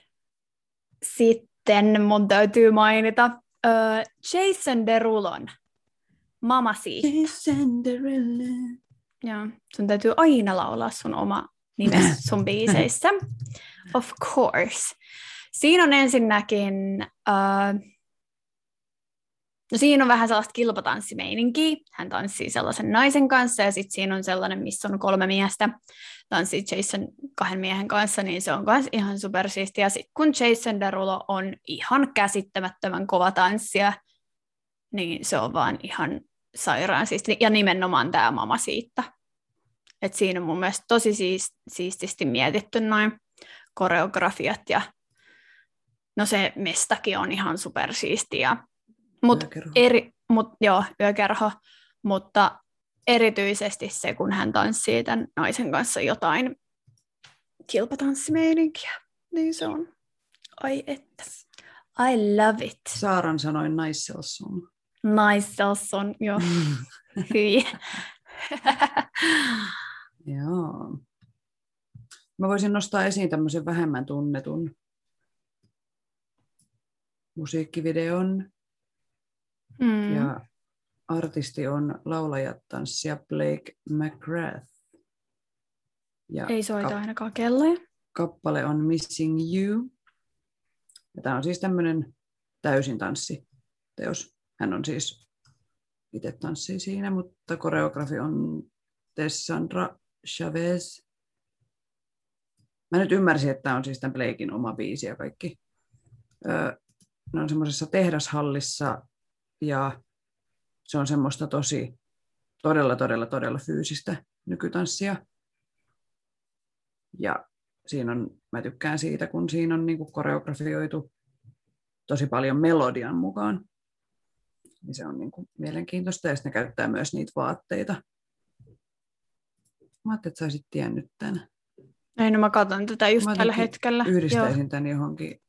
Sitten mun täytyy mainita uh, Jason Derulon Mamacita. Jason Derulo. Joo, sun täytyy aina laulaa sun oma nimes sun biiseissä. Of course. Siinä on ensinnäkin, uh, no siinä on vähän sellaista kilpatanssimeininkkiä. Hän tanssii sellaisen naisen kanssa ja sitten siinä on sellainen, missä on kolme miestä. Tanssii Jason kahden miehen kanssa, niin se on myös ihan supersiistiä. Ja sitten kun Jason Derulo on ihan käsittämättömän kova tanssija, niin se on vaan ihan sairaan siisti. Ja nimenomaan tämä Mama siitä. Et siinä on mun mielestä tosi siist- siististi mietitty noin koreografiat ja no se mestakin on ihan supersiistiä. Mut eri, mut, joo, yökerho, mutta erityisesti se, kun hän tanssii tämän naisen kanssa jotain kilpatanssimeininkkiä, niin se on, ai että, I love it. Saaran sanoi naisselson. Naisselson, joo, hyi. Joo. Mä voisin nostaa esiin tämmöisen vähemmän tunnetun musiikkivideon. Mm. Ja artisti on laulaja, tanssija Blake McGrath. Ja Ei soita kap- ainakaan kelloja. Kappale on Missing You. Ja tämä on siis tämmöinen täysin tanssiteos. Hän on siis itse tanssii siinä, mutta koreografi on Tessandra Chavez. Mä nyt ymmärsin, että tämä on siis tämän Blaken oma biisi ja kaikki. Öö, ne on semmoisessa tehdashallissa ja se on semmoista tosi todella, todella, todella fyysistä nykytanssia. Ja siinä on, mä tykkään siitä, kun siinä on niin kuin koreografioitu tosi paljon melodian mukaan. Niin se on niin kuin mielenkiintoista ja sitten ne käyttää myös niitä vaatteita. Mä ajattelin, että sä olisit tiennyt tämän. Ei, no mä katson tätä just Mä tällä hetkellä. Yhdistäisin Joo. tämän johonkin.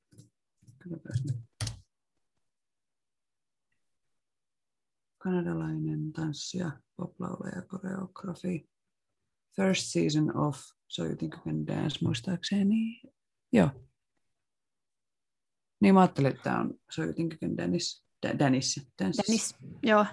Kanadalainen tanssija, poplaulaja, koreografi. First season of So You Think You Can Dance, muistaakseni. Joo. Niin mä ajattelin, että tämä on So You Think You Can Dance. Dennis. Dennis, joo.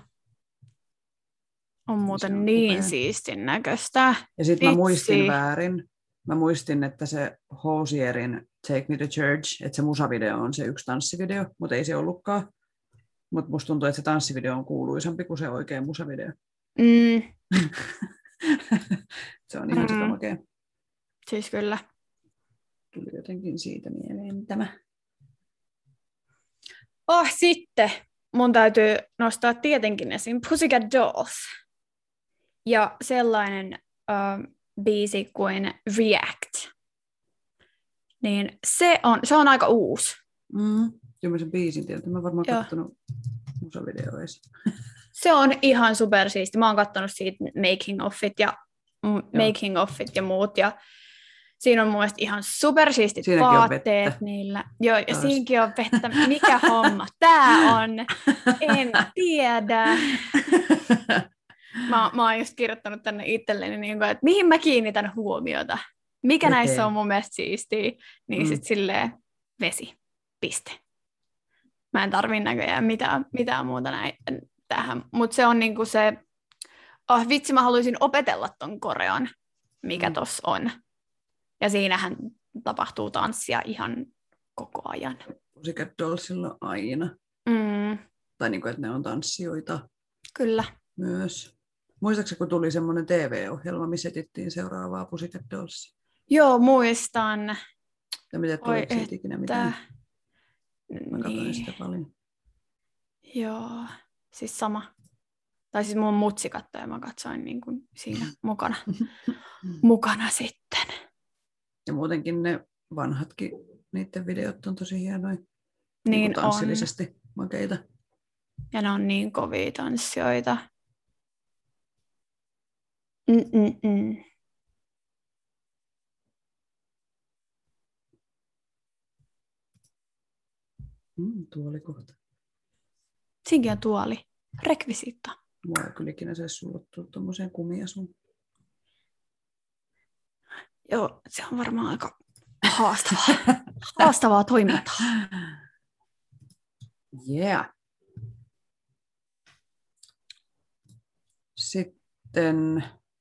On muuten on niin upea. siistin näköistä. Ja sitten mä Vitsi. muistin väärin. Mä muistin, että se Hosierin Take Me to Church, että se musavideo on se yksi tanssivideo, mutta ei se ollutkaan. Mutta musta tuntuu, että se tanssivideo on kuuluisampi kuin se oikea musavideo. Mm, Se on ihan Mm. sikamakea. siis kyllä. Tuli jotenkin siitä mieleen tämä. Oh, sitten mun täytyy nostaa tietenkin esiin Pussycat Dolls. Ja sellainen uh, biisi kuin React. Niin se on, se on aika uusi. Mm. Kyllä mä sen biisin tiedän. Mä varmaan Joo. katsonut musavideoa edes. Se on ihan supersiisti. Mä oon kattonut siitä making offit ja, m- making offit ja muut. Ja siinä on mun mielestä ihan supersiistit Siinäkin on vaatteet vettä. niillä. Joo, ja Taas. siinäkin on vettä. Mikä homma tää on? En tiedä. Mä, mä oon just kirjoittanut tänne itselleni, niin kuin, että mihin mä kiinnitän huomiota. Mikä Veteen. näissä on mun mielestä siistiä. Niin Mm. sit silleen vesi. Piste. Mä en tarvii näköjään mitään, mitään muuta näin, tähän. Mutta se on niinku se, oh vitsi, mä haluaisin opetella ton korean, mikä Mm. tossa on. Ja siinähän tapahtuu tanssia ihan koko ajan. Pussycat Dollsilla aina. Mm, Tai niin kuin, että ne on tanssijoita kyllä. myös. Muistaakseni, kun tuli semmoinen T V-ohjelma, missä etittiin seuraavaa Pussycat Dollsia? Joo, muistan. Ja mitä tuli Oi, siitä ikinä Tää. mitään? Mä katsoin Niin. sitä paljon. Joo, siis sama. Tai siis mun mutsi katsoi ja mä katsoin niin kuin siinä mukana. mukana sitten. Ja muutenkin ne vanhatkin, niiden videot on tosi hienoja. Niin Niin on. tanssillisesti makeita. Ja ne on niin kovia tanssijoita. Mm-mm-mm. Mm, tuoli kohta. Siinkin on tuoli. Rekvisiitta. Mua ei kyllä ikinä saisi sullottua tuommoiseen kumiasuun. Joo, se on varmaan aika haastavaa. haastavaa toimintaa. Yeah. Sitten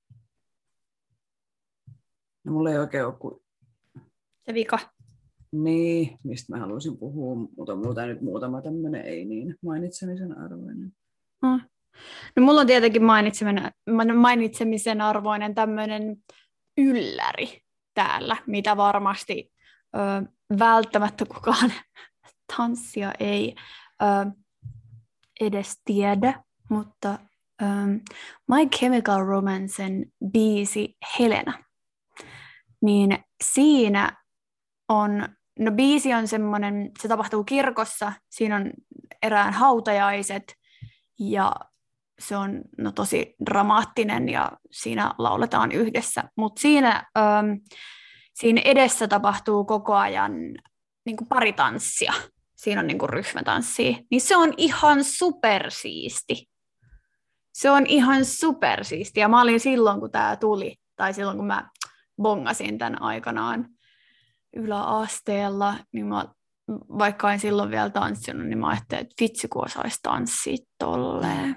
No, mulla ei oikein ole kuin... Se vika. Niin, mistä mä haluaisin puhua, mutta on multa nyt muutama tämmöinen ei niin mainitsemisen arvoinen. No. No, mulla on tietenkin mainitsemisen, mainitsemisen arvoinen tämmöinen ylläri täällä, mitä varmasti ö, välttämättä kukaan tanssia ei ö, edes tiedä, mutta ö, My Chemical Romancen biisi Helena, niin siinä on, no biisi on semmoinen, se tapahtuu kirkossa, siinä on erään hautajaiset ja se on no, tosi dramaattinen ja siinä lauletaan yhdessä, mutta siinä, ähm, siinä edessä tapahtuu koko ajan niin kuin pari tanssia. Siinä on niin kuin ryhmätanssia. Niin se on ihan supersiisti. Se on ihan supersiisti. Ja mä olin silloin, kun tämä tuli, tai silloin, kun mä bongasin tämän aikanaan yläasteella, niin mä, vaikka en silloin vielä tanssinut, niin mä ajattelin, että vitsi, kun osaisi tanssia tolleen.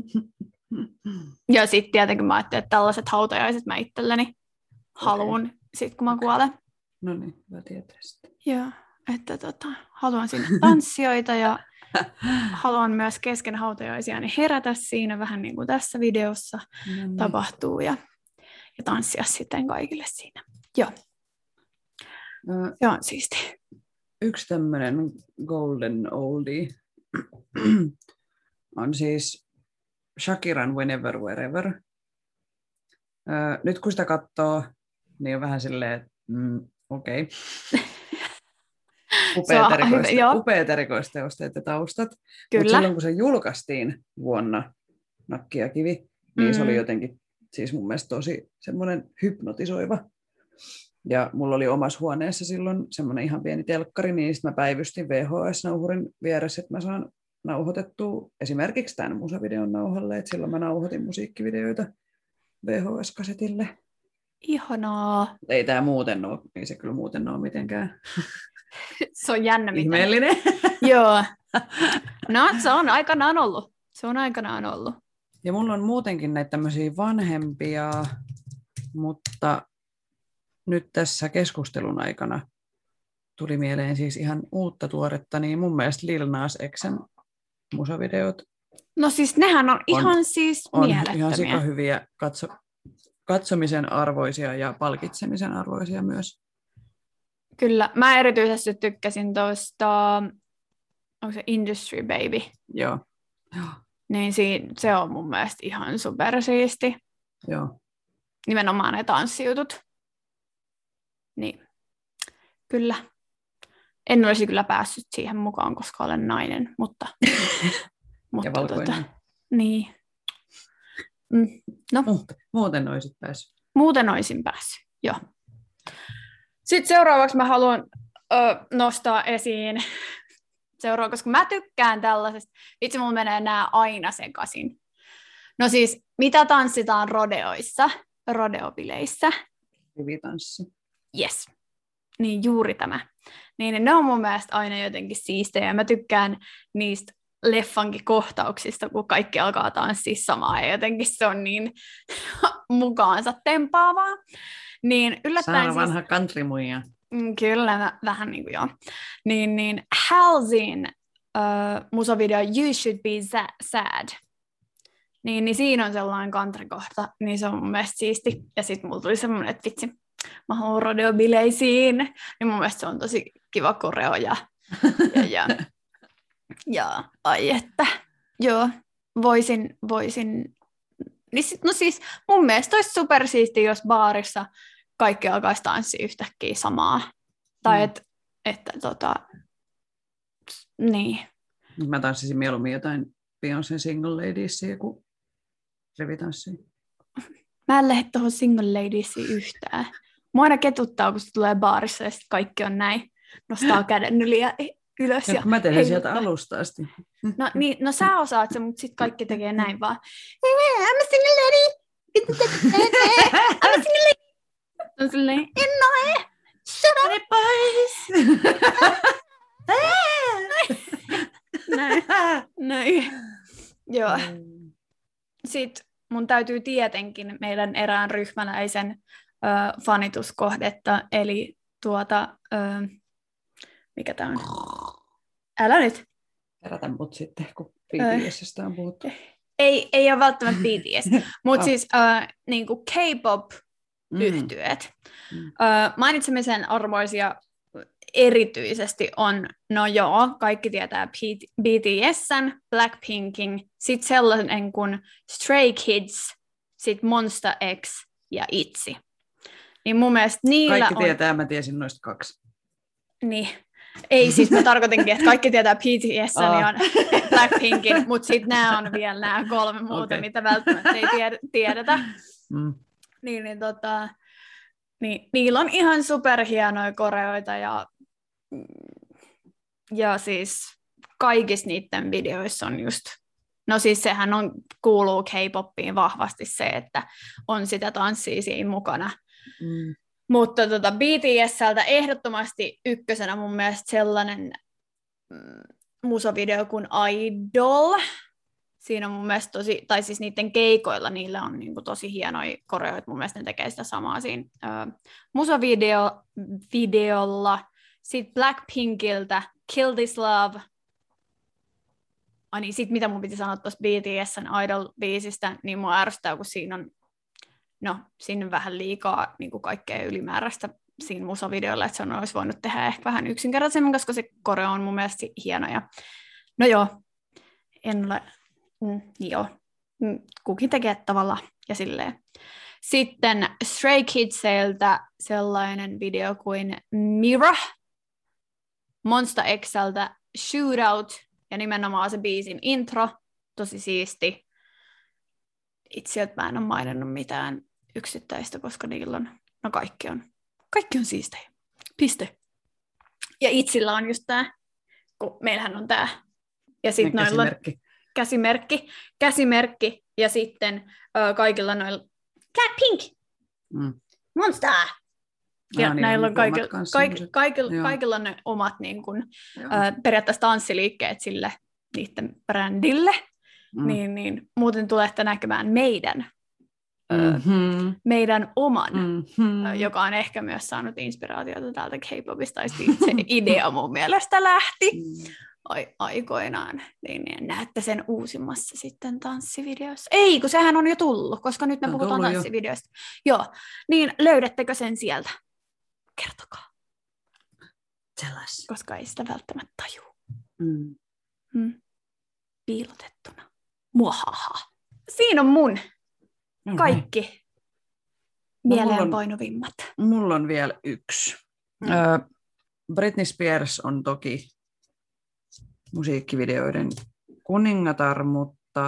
Ja sitten tietenkin mä ajattelin, että tällaiset hautajaiset mä itselleni haluun, okay. Sitten kun mä kuolen. No niin, hyvä tietää sitä. Joo, että tota, haluan sinne tanssijoita ja haluan myös kesken hautajaisia niin herätä siinä, vähän niin kuin tässä videossa no niin. tapahtuu, ja, ja tanssia sitten kaikille siinä. Joo, no, se on siisti. Yksi tämmöinen golden oldie on siis Shakiran Whenever, Wherever. Öö, nyt kun sitä katsoo, niin on vähän silleen, että mm, okei. Okay. Upeat erikoisteosteet ja taustat. Mutta silloin kun se julkaistiin vuonna Nakki ja kivi, niin mm. se oli jotenkin siis mun mielestä tosi semmoinen hypnotisoiva. Ja mulla oli omassa huoneessa silloin semmoinen ihan pieni telkkari, niin sitten mä päivystin V H S-nauhurin vieressä, että mä saan nauhoitettua esimerkiksi tämän musavideon nauhalle, että silloin mä nauhoitin musiikkivideoita V H S-kasetille. Ihanaa. Ei tää muuten ole, ei se kyllä muuten ole mitenkään. Se on jännä. Ihmeellinen. Joo. No, se on aikanaan ollut. Se on aikanaan ollut. Ja mulla on muutenkin näitä tämmöisiä vanhempia, mutta nyt tässä keskustelun aikana tuli mieleen siis ihan uutta tuoretta, niin mun mielestä Lil Nas X:n musavideot. No siis nehän on, on ihan siis on mielettömiä. ihan sikahyviä, katso, katsomisen arvoisia ja palkitsemisen arvoisia myös. Kyllä, mä erityisesti tykkäsin tuosta, onko se Industry Baby? Joo. Niin siinä, se on mun mielestä ihan supersiisti. Joo. Nimenomaan ne tanssijutut. Niin, kyllä. En olisi kyllä päässyt siihen mukaan, koska olen nainen, mutta... mutta ja valkoinen. Tota, niin. Mm, no. Muuten olisit päässyt. Muuten olisin päässyt, joo. Sitten seuraavaksi mä haluan ö, nostaa esiin, seuraava, koska mä tykkään tällaisesta, itse mulla menee nämä aina sekaisin. No siis, mitä tanssitaan rodeoissa, rodeopileissä? Rivitanssi. Yes, niin juuri tämä. Niin ne on mun mielestä aina jotenkin siistejä, ja mä tykkään niistä leffankin kohtauksista, kun kaikki alkaa tanssia samaa, ja jotenkin se on niin mukaansa tempaavaa. Niin yllättäen Saara vanha siis, countrymuija. Kyllä, mä, vähän niin kuin joo. Niin, niin Halsin uh, musavideo You Should Be Sad. Niin, niin siinä on sellainen countrykohta, niin se on mun mielestä siisti. Ja sit mulla tuli semmoinen, että vitsi, mä haluan rodeobileisiin. Niin mun mielestä se on tosi kiva koreo ja, ja, ja, ja ai että, joo, voisin, voisin. No siis mun mielestä olisi supersiistiä, jos baarissa kaikki alkaisi tanssia yhtäkkiä samaa. Tai mm. että, että tota, niin. Mä tanssisin mieluummin jotain Beyoncé Single Ladiesia kuin rivitanssia. Mä en lähde tuohon Single Ladiesiin yhtään. Mua aina ketuttaa, kun se tulee baarissa ja sitten kaikki on näin. Nostaa käden yli ja ylös. Ja, ja mä teen sieltä alusta asti. No, niin, no sä osaat se, mutta sitten kaikki tekee näin vaan. I'm a single lady. I'm a single lady. On silleen, en ole. Shut up. Boys. Näin. Näin. Joo. Sitten mun täytyy tietenkin meidän erään ryhmäläisen ö, fanituskohdetta, eli tuota, ö, mikä tämä on? Älä nyt. Herätä mut sitten, kun B Ö, T S:stä on puhuttu. Ei, ei ole välttämättä B T S, mutta Oh. siis äh, niin kuin K-pop-yhtyeet. Mm. Mm. Äh, mainitsemisen arvoisia erityisesti on, no joo, kaikki tietää B T S:n, Blackpinkin, sitten sellainen kuin Stray Kids, sitten Monsta X ja ITZY. Niin mun mielestä niillä Kaikki on... tietää, mä tiesin noista kaksi. Niin. Ei, siis mä tarkoitinkin, että kaikki tietää B T S:n Aa. ja Blackpinkin, mutta sitten nämä on vielä nämä kolme muuta, Okei. mitä välttämättä ei tied- tiedetä. Mm. Niin, niin, tota, niin, niillä on ihan superhienoja koreoita ja, ja siis kaikissa niiden videoissa on just, no siis sehän on, kuuluu K-popiin vahvasti se, että on sitä tanssia siinä mukana. Mm. Mutta tota B T S:ltä ehdottomasti ykkösenä mun mielestä sellainen mm, musavideo kuin Idol. Siinä on mun mielestä tosi, tai siis niiden keikoilla niillä on niinku tosi hienoja koreoita. Mun mielestä ne tekee sitä samaa siinä ö, musavideolla. Sitten Blackpinkiltä Kill This Love. Ai niin, sit mitä mun piti sanoa tuosta B T S:n Idol-biisistä, niin mua ärsyttää, kun siinä on no, siinä on vähän liikaa niin kuin kaikkea ylimääräistä siinä musavideolla, että se on, olisi voinut tehdä ehkä vähän yksinkertaisemmin, koska se koreo on mun mielestä hieno. Ja... No joo, en ole, mm, joo, mm, kukin tekee tavallaan ja silleen. Sitten Stray Kidsiltä sellainen video kuin Mirror, Monsta Xltä Shootout ja nimenomaan se biisin intro, tosi siisti. Itse mä en ole maininnut mitään yksittäistä, koska niillä on, no kaikki on, kaikki on siistejä. Piste. Ja itsillä on just tää, kun meillähän on tää. Ja sit noilla Käsimerkki. käsimerkki, käsimerkki ja sitten ö, kaikilla noilla Blackpink, Mm. Monster. Ja Ah, niin, näillä on on kaikilla, omat kans kaik, semmoset. kaikilla, Joo. kaikilla on ne omat niin kun, Joo. ö, periaatteessa tanssiliikkeet sille niiden brändille. Mm. Niin, niin muuten tulette näkemään meidän, ö, Mm-hmm. meidän oman, Mm-hmm. ö, joka on ehkä myös saanut inspiraatiota täältä K-popista, tai se idea mun mielestä lähti Mm. ai, aikoinaan. Niin, niin näette sen uusimmassa sitten tanssivideossa. Ei, kun sehän on jo tullut, koska nyt me On puhutaan tullut jo. tanssivideosta. Joo, niin löydättekö sen sieltä? Kertokaa, Sellas. koska ei sitä välttämättä tajua. Mm. Hmm. Piilotettuna. Muahaha. Siinä on mun No, kaikki No, mulla on- mieleenpainuvimmat. Mulla on vielä yksi. Mm. Ö, Britney Spears on toki musiikkivideoiden kuningatar, mutta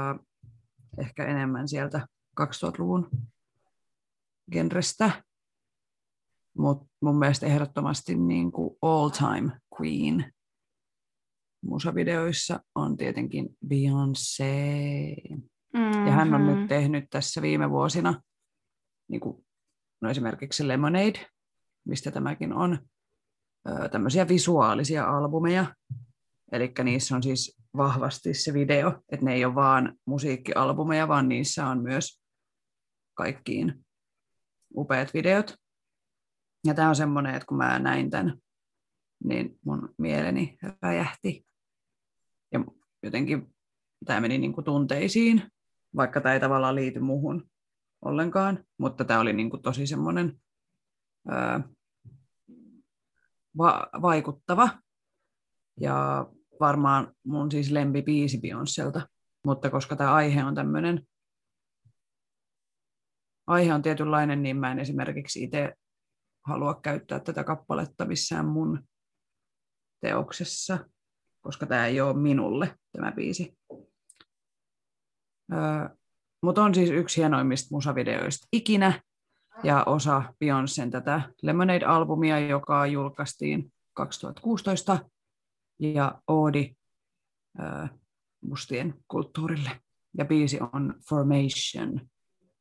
ehkä enemmän sieltä kaksituhattaluvun genrestä. Mutta mun mielestä ehdottomasti niin kuin all time queen musavideoissa on tietenkin Beyoncé. Mm-hmm. Ja hän on nyt tehnyt tässä viime vuosina niin kuin, no esimerkiksi Lemonade, mistä tämäkin on, ö, tämmöisiä visuaalisia albumeja. Eli niissä on siis vahvasti se video, että ne ei ole vaan musiikkialbumeja, vaan niissä on myös kaikkiin upeat videot. Ja tämä on semmoinen, että kun mä näin tämän, niin mun mieleni räjähti. Ja jotenkin tämä meni niin kuin tunteisiin, vaikka tämä ei tavallaan liity muuhun ollenkaan, mutta tämä oli niin kuin tosi semmoinen ää, va- vaikuttava. Ja varmaan mun siis lempibiisi Beyoncélta, mutta koska tämä aihe on tämmöinen, aihe on tietynlainen, niin mä en esimerkiksi itse halua käyttää tätä kappaletta missään mun teoksessa, koska tämä ei ole minulle tämä biisi. Öö, mutta on siis yksi hienoimmista musavideoista ikinä, ja osa Beyoncén tätä Lemonade-albumia, joka julkaistiin kaksituhattakuusitoista, ja oodi öö, mustien kulttuurille. Ja biisi on Formation.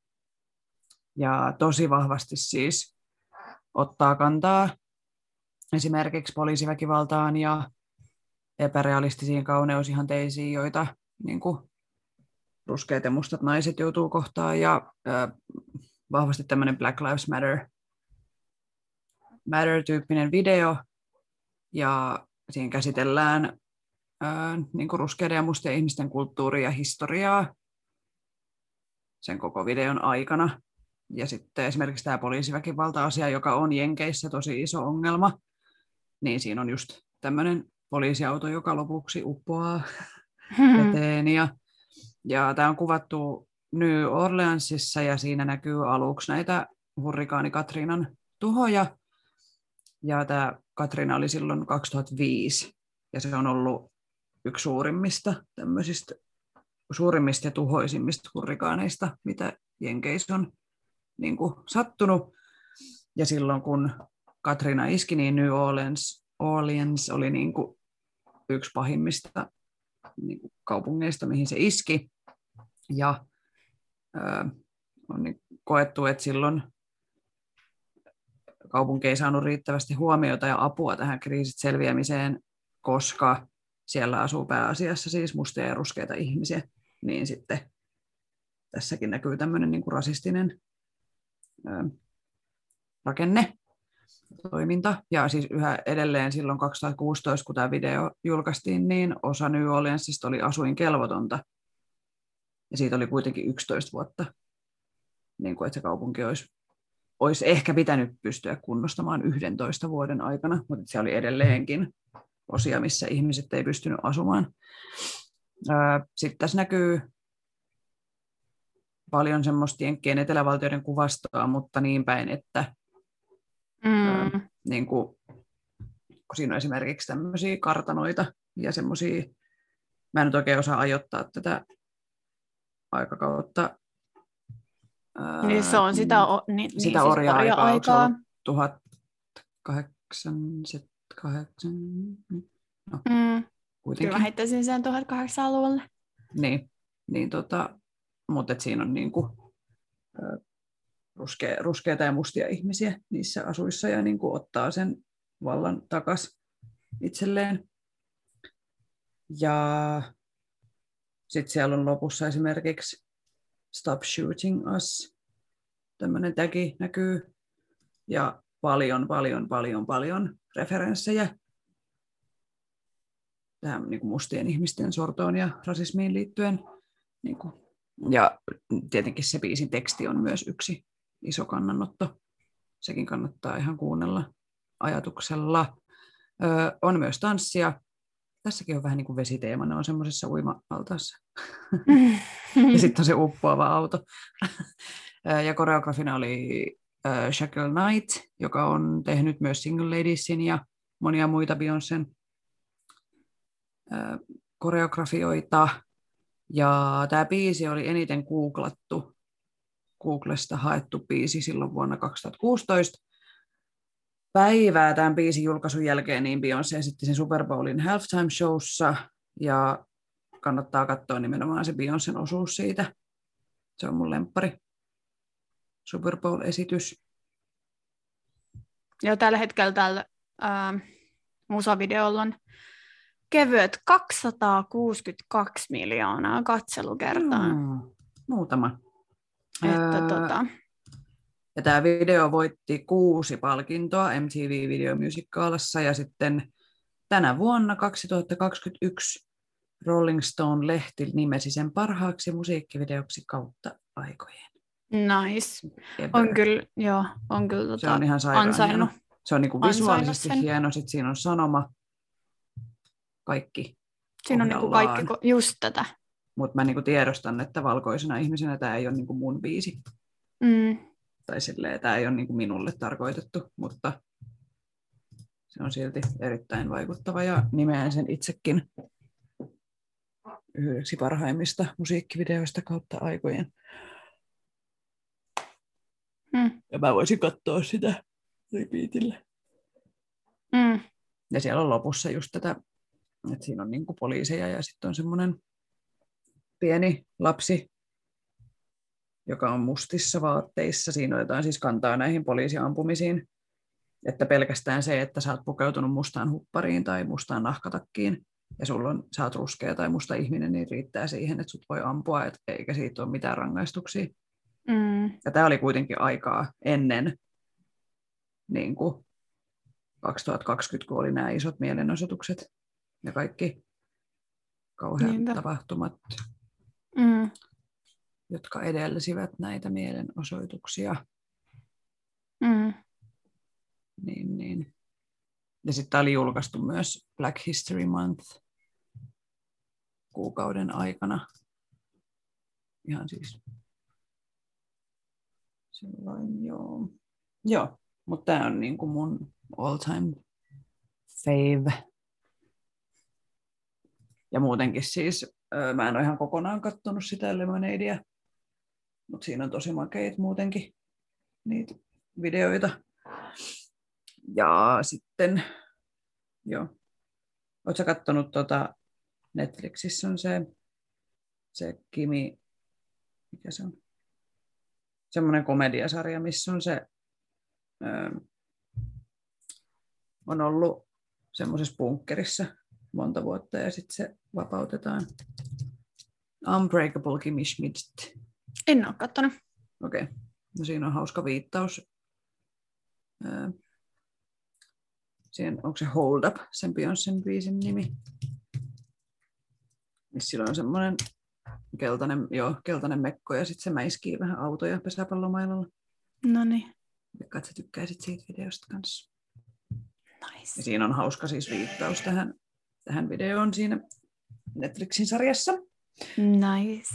Ja tosi vahvasti siis ottaa kantaa esimerkiksi poliisiväkivaltaan ja epärealistisiin kauneusihanteisiin, joita niin kuin ruskeat ja mustat naiset joutuu kohtaan. Ja ö, vahvasti tämmöinen Black Lives Matter, Matter-tyyppinen video, ja siinä käsitellään ää, niin kuin ruskeiden ja mustien ihmisten kulttuuria ja historiaa sen koko videon aikana. Ja sitten esimerkiksi tämä poliisiväkivalta-asia, joka on Jenkeissä tosi iso ongelma, niin siinä on just tämmöinen poliisiauto, joka lopuksi uppoaa veteen. Ja, ja tämä on kuvattu New Orleansissa, ja siinä näkyy aluksi näitä hurrikaani Katriinan tuhoja. Ja tämä Katrina oli silloin kaksituhattaviisi, ja se on ollut yksi suurimmista tämmöisistä, suurimmista ja tuhoisimmista hurrikaaneista, mitä Jenkeissä on niin kuin sattunut. Ja silloin kun Katrina iski, niin New Orleans, Orleans oli niin kuin yksi pahimmista niin kuin kaupungeista, mihin se iski. Ja ää, on niin koettu, että silloin kaupunki ei saanut riittävästi huomiota ja apua tähän kriisistä selviämiseen, koska siellä asuu pääasiassa siis mustia ja ruskeita ihmisiä. Niin sitten tässäkin näkyy tämmöinen niin kuin rasistinen ää, rakenne, toiminta. Ja siis yhä edelleen silloin kaksituhattakuusitoista, kun tämä video julkaistiin, niin osa New Orleansista oli asuinkelvotonta. Ja siitä oli kuitenkin yksitoista vuotta, niin kuin, että se kaupunki olisi, olisi ehkä pitänyt pystyä kunnostamaan yhdentoista vuoden aikana, mutta se oli edelleenkin osia, missä ihmiset ei pystynyt asumaan. Sitten tässä näkyy paljon semmoista jenkkien etelävaltioiden kuvastoa, mutta niin päin, että mm. niin kuin, kun siinä on esimerkiksi tämmöisiä kartanoita ja semmoisia, mä en nyt oikein osaa ajoittaa tätä aikakautta. Niin se on sitä, niin, sitä niin, orja-aikaa, orja-aikaa. tuhatkahdeksansataakahdeksan, no, mm. kuitenkin. Kyllä mä heittäisin sen tuhatkahdeksansataaluvulle. Niin, niin tota, mutta siinä on niinku, äh, ruskea, ruskeita ja mustia ihmisiä niissä asuissa ja niinku ottaa sen vallan takas itselleen. Ja sitten siellä on lopussa esimerkiksi Stop Shooting Us, tämmöinen tagi näkyy, ja paljon, paljon, paljon, paljon referenssejä tähän niin kuin mustien ihmisten sortoon ja rasismiin liittyen. Niin kuin. Ja tietenkin se biisin teksti on myös yksi iso kannanotto. Sekin kannattaa ihan kuunnella ajatuksella. Öö, on myös tanssia. Tässäkin on vähän niin kuin vesiteema, ne on semmoisessa uima-altaassa. Ja sitten on se uppoava auto. Ja koreografina oli äh, Shackle Knight, joka on tehnyt myös Single Ladiesin ja monia muita Beyoncén äh, koreografioita. Ja tämä biisi oli eniten googlattu, Googlesta haettu biisi silloin vuonna kaksituhattakuusitoista. Päivää tämän biisin julkaisun jälkeen niin Beyoncé esitti sen Super Bowlin halftime showssa, ja kannattaa katsoa nimenomaan se Beyoncén osuus siitä. Se on mun lemppari Super Bowl-esitys. Joo, tällä hetkellä tällä äh, musavideolla on kevyet kaksisataakuusikymmentäkaksi miljoonaa katselukertaa. Hmm, muutama. Että, Ää, tota... Ja tämä video voitti kuusi palkintoa M T V Video Music Galassa, ja sitten tänä vuonna kaksituhattakaksikymmentäyksi Rolling Stone-lehti nimesi sen parhaaksi musiikkivideoksi kautta aikojen. Nice. Ever. On kyllä, joo, on kyllä tota, se on ihan sairaan ansainnut. hieno. Se on niinku visuaalisesti sen. hieno, sitten siinä on sanoma, kaikki. Siinä on niinku kaikki just tätä. Mutta mä niinku tiedostan, että valkoisena ihmisenä tämä ei ole niinku mun biisi. Mm. Tai silleen, tämä ei ole niinku minulle tarkoitettu, mutta se on silti erittäin vaikuttava ja nimeän sen itsekin yhdeksi parhaimmista musiikkivideoista kautta aikojen. Mm. Ja mä voisin katsoa sitä repeatille. Mm. Ja siellä on lopussa just tätä, että siinä on niinku poliiseja ja sitten on semmoinen pieni lapsi, joka on mustissa vaatteissa. Siinä otetaan siis kantaa näihin poliisiampumisiin, että pelkästään se, että sä oot pukeutunut mustaan huppariin tai mustaan nahkatakkiin ja sulla on, sä oot ruskea tai musta ihminen, niin riittää siihen, että sut voi ampua, et eikä siitä ole mitään rangaistuksia. Mm. Ja tämä oli kuitenkin aikaa ennen niin kuin kaksituhattakaksikymmentä, kun oli nämä isot mielenosoitukset ja kaikki kauheat Niinpä. tapahtumat, Mm. jotka edelsivät näitä mielenosoituksia. Mm. Niin, niin. Ja sitten tämä oli julkaistu myös Black History Month kuukauden aikana. Ihan siis silloin, joo. Joo, mutta tämä on niinku mun all time fave. Ja muutenkin siis, öö, mä en ole ihan kokonaan kattonut sitä Lemonadea, mutta siinä on tosi makeit muutenkin niitä videoita. Ja sitten, joo. Ootko sä kattonut tota, Netflixissä on se, se Kimi, mikä se on? Semmoinen komediasarja, missä on se, öö, on ollut semmoisessa bunkkerissa monta vuotta ja sitten se vapautetaan. Unbreakable Kimmy Schmidt. En ole kattonut. Okei, okay. No siinä on hauska viittaus. Öö, Siihen, onko se Hold Up, sen Beyoncén biisin nimi? Silloin on semmoinen keltainen, joo, keltainen mekko ja sitten se mäiskii vähän autoja pesäpallomailalla. Noniin. Veikkaan, että sä tykkäisit siitä videosta kanssa. Nice. Ja siinä on hauska siis viittaus tähän, tähän videoon siinä Netflixin sarjassa. Nice.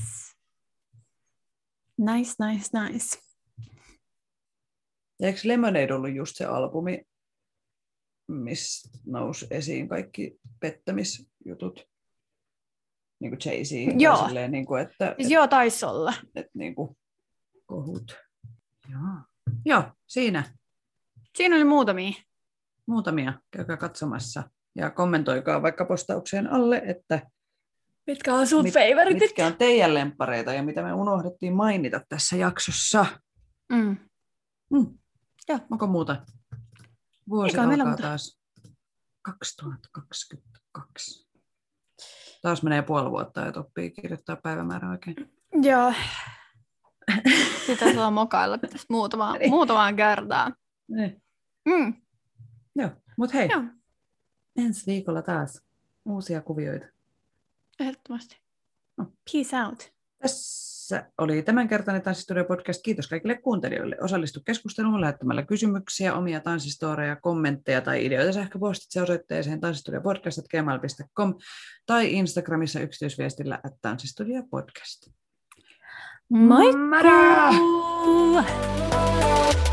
Nice, nice, nice. Ja eikö Lemonade ollut just se albumi, missä nousi esiin kaikki pettämisjutut? Niin kuin Jay-Z. Joo. Silleen, niin kuin, että, Siis et, joo, taisi olla. et, niin kuin kohut. Joo. Joo, siinä. Siinä oli muutamia. Muutamia. Käykää katsomassa. Ja kommentoikaa vaikka postaukseen alle, että Mitkä on sun mit, favoritit? mitkä on teidän lemppareita ja mitä me unohdettiin mainita tässä jaksossa. Mm. Mm. Joo. Onko muuta? Vuosi Eikä meillä alkaa muuta. taas kaksituhattakaksikymmentäkaksi. Taas menee puoli vuotta, että oppii kirjoittaa päivämäärä oikein. Joo. Sitä saa mokailla tässä muutamaan, muutamaan kertaan. Niin. Mm. Joo, mutta hei, Joo, ensi viikolla taas uusia kuvioita. ehdottomasti. No. Peace out. Tässä oli tämänkertainen Tanssistoria-podcast. Kiitos kaikille kuuntelijoille. Osallistu keskusteluun lähettämällä kysymyksiä, omia tanssistoreja, kommentteja tai ideoita sähköpostitse osoitteeseen tanssistoriapodcast at gmail piste com tai Instagramissa yksityisviestillä at tanssistoriapodcast. Moikka!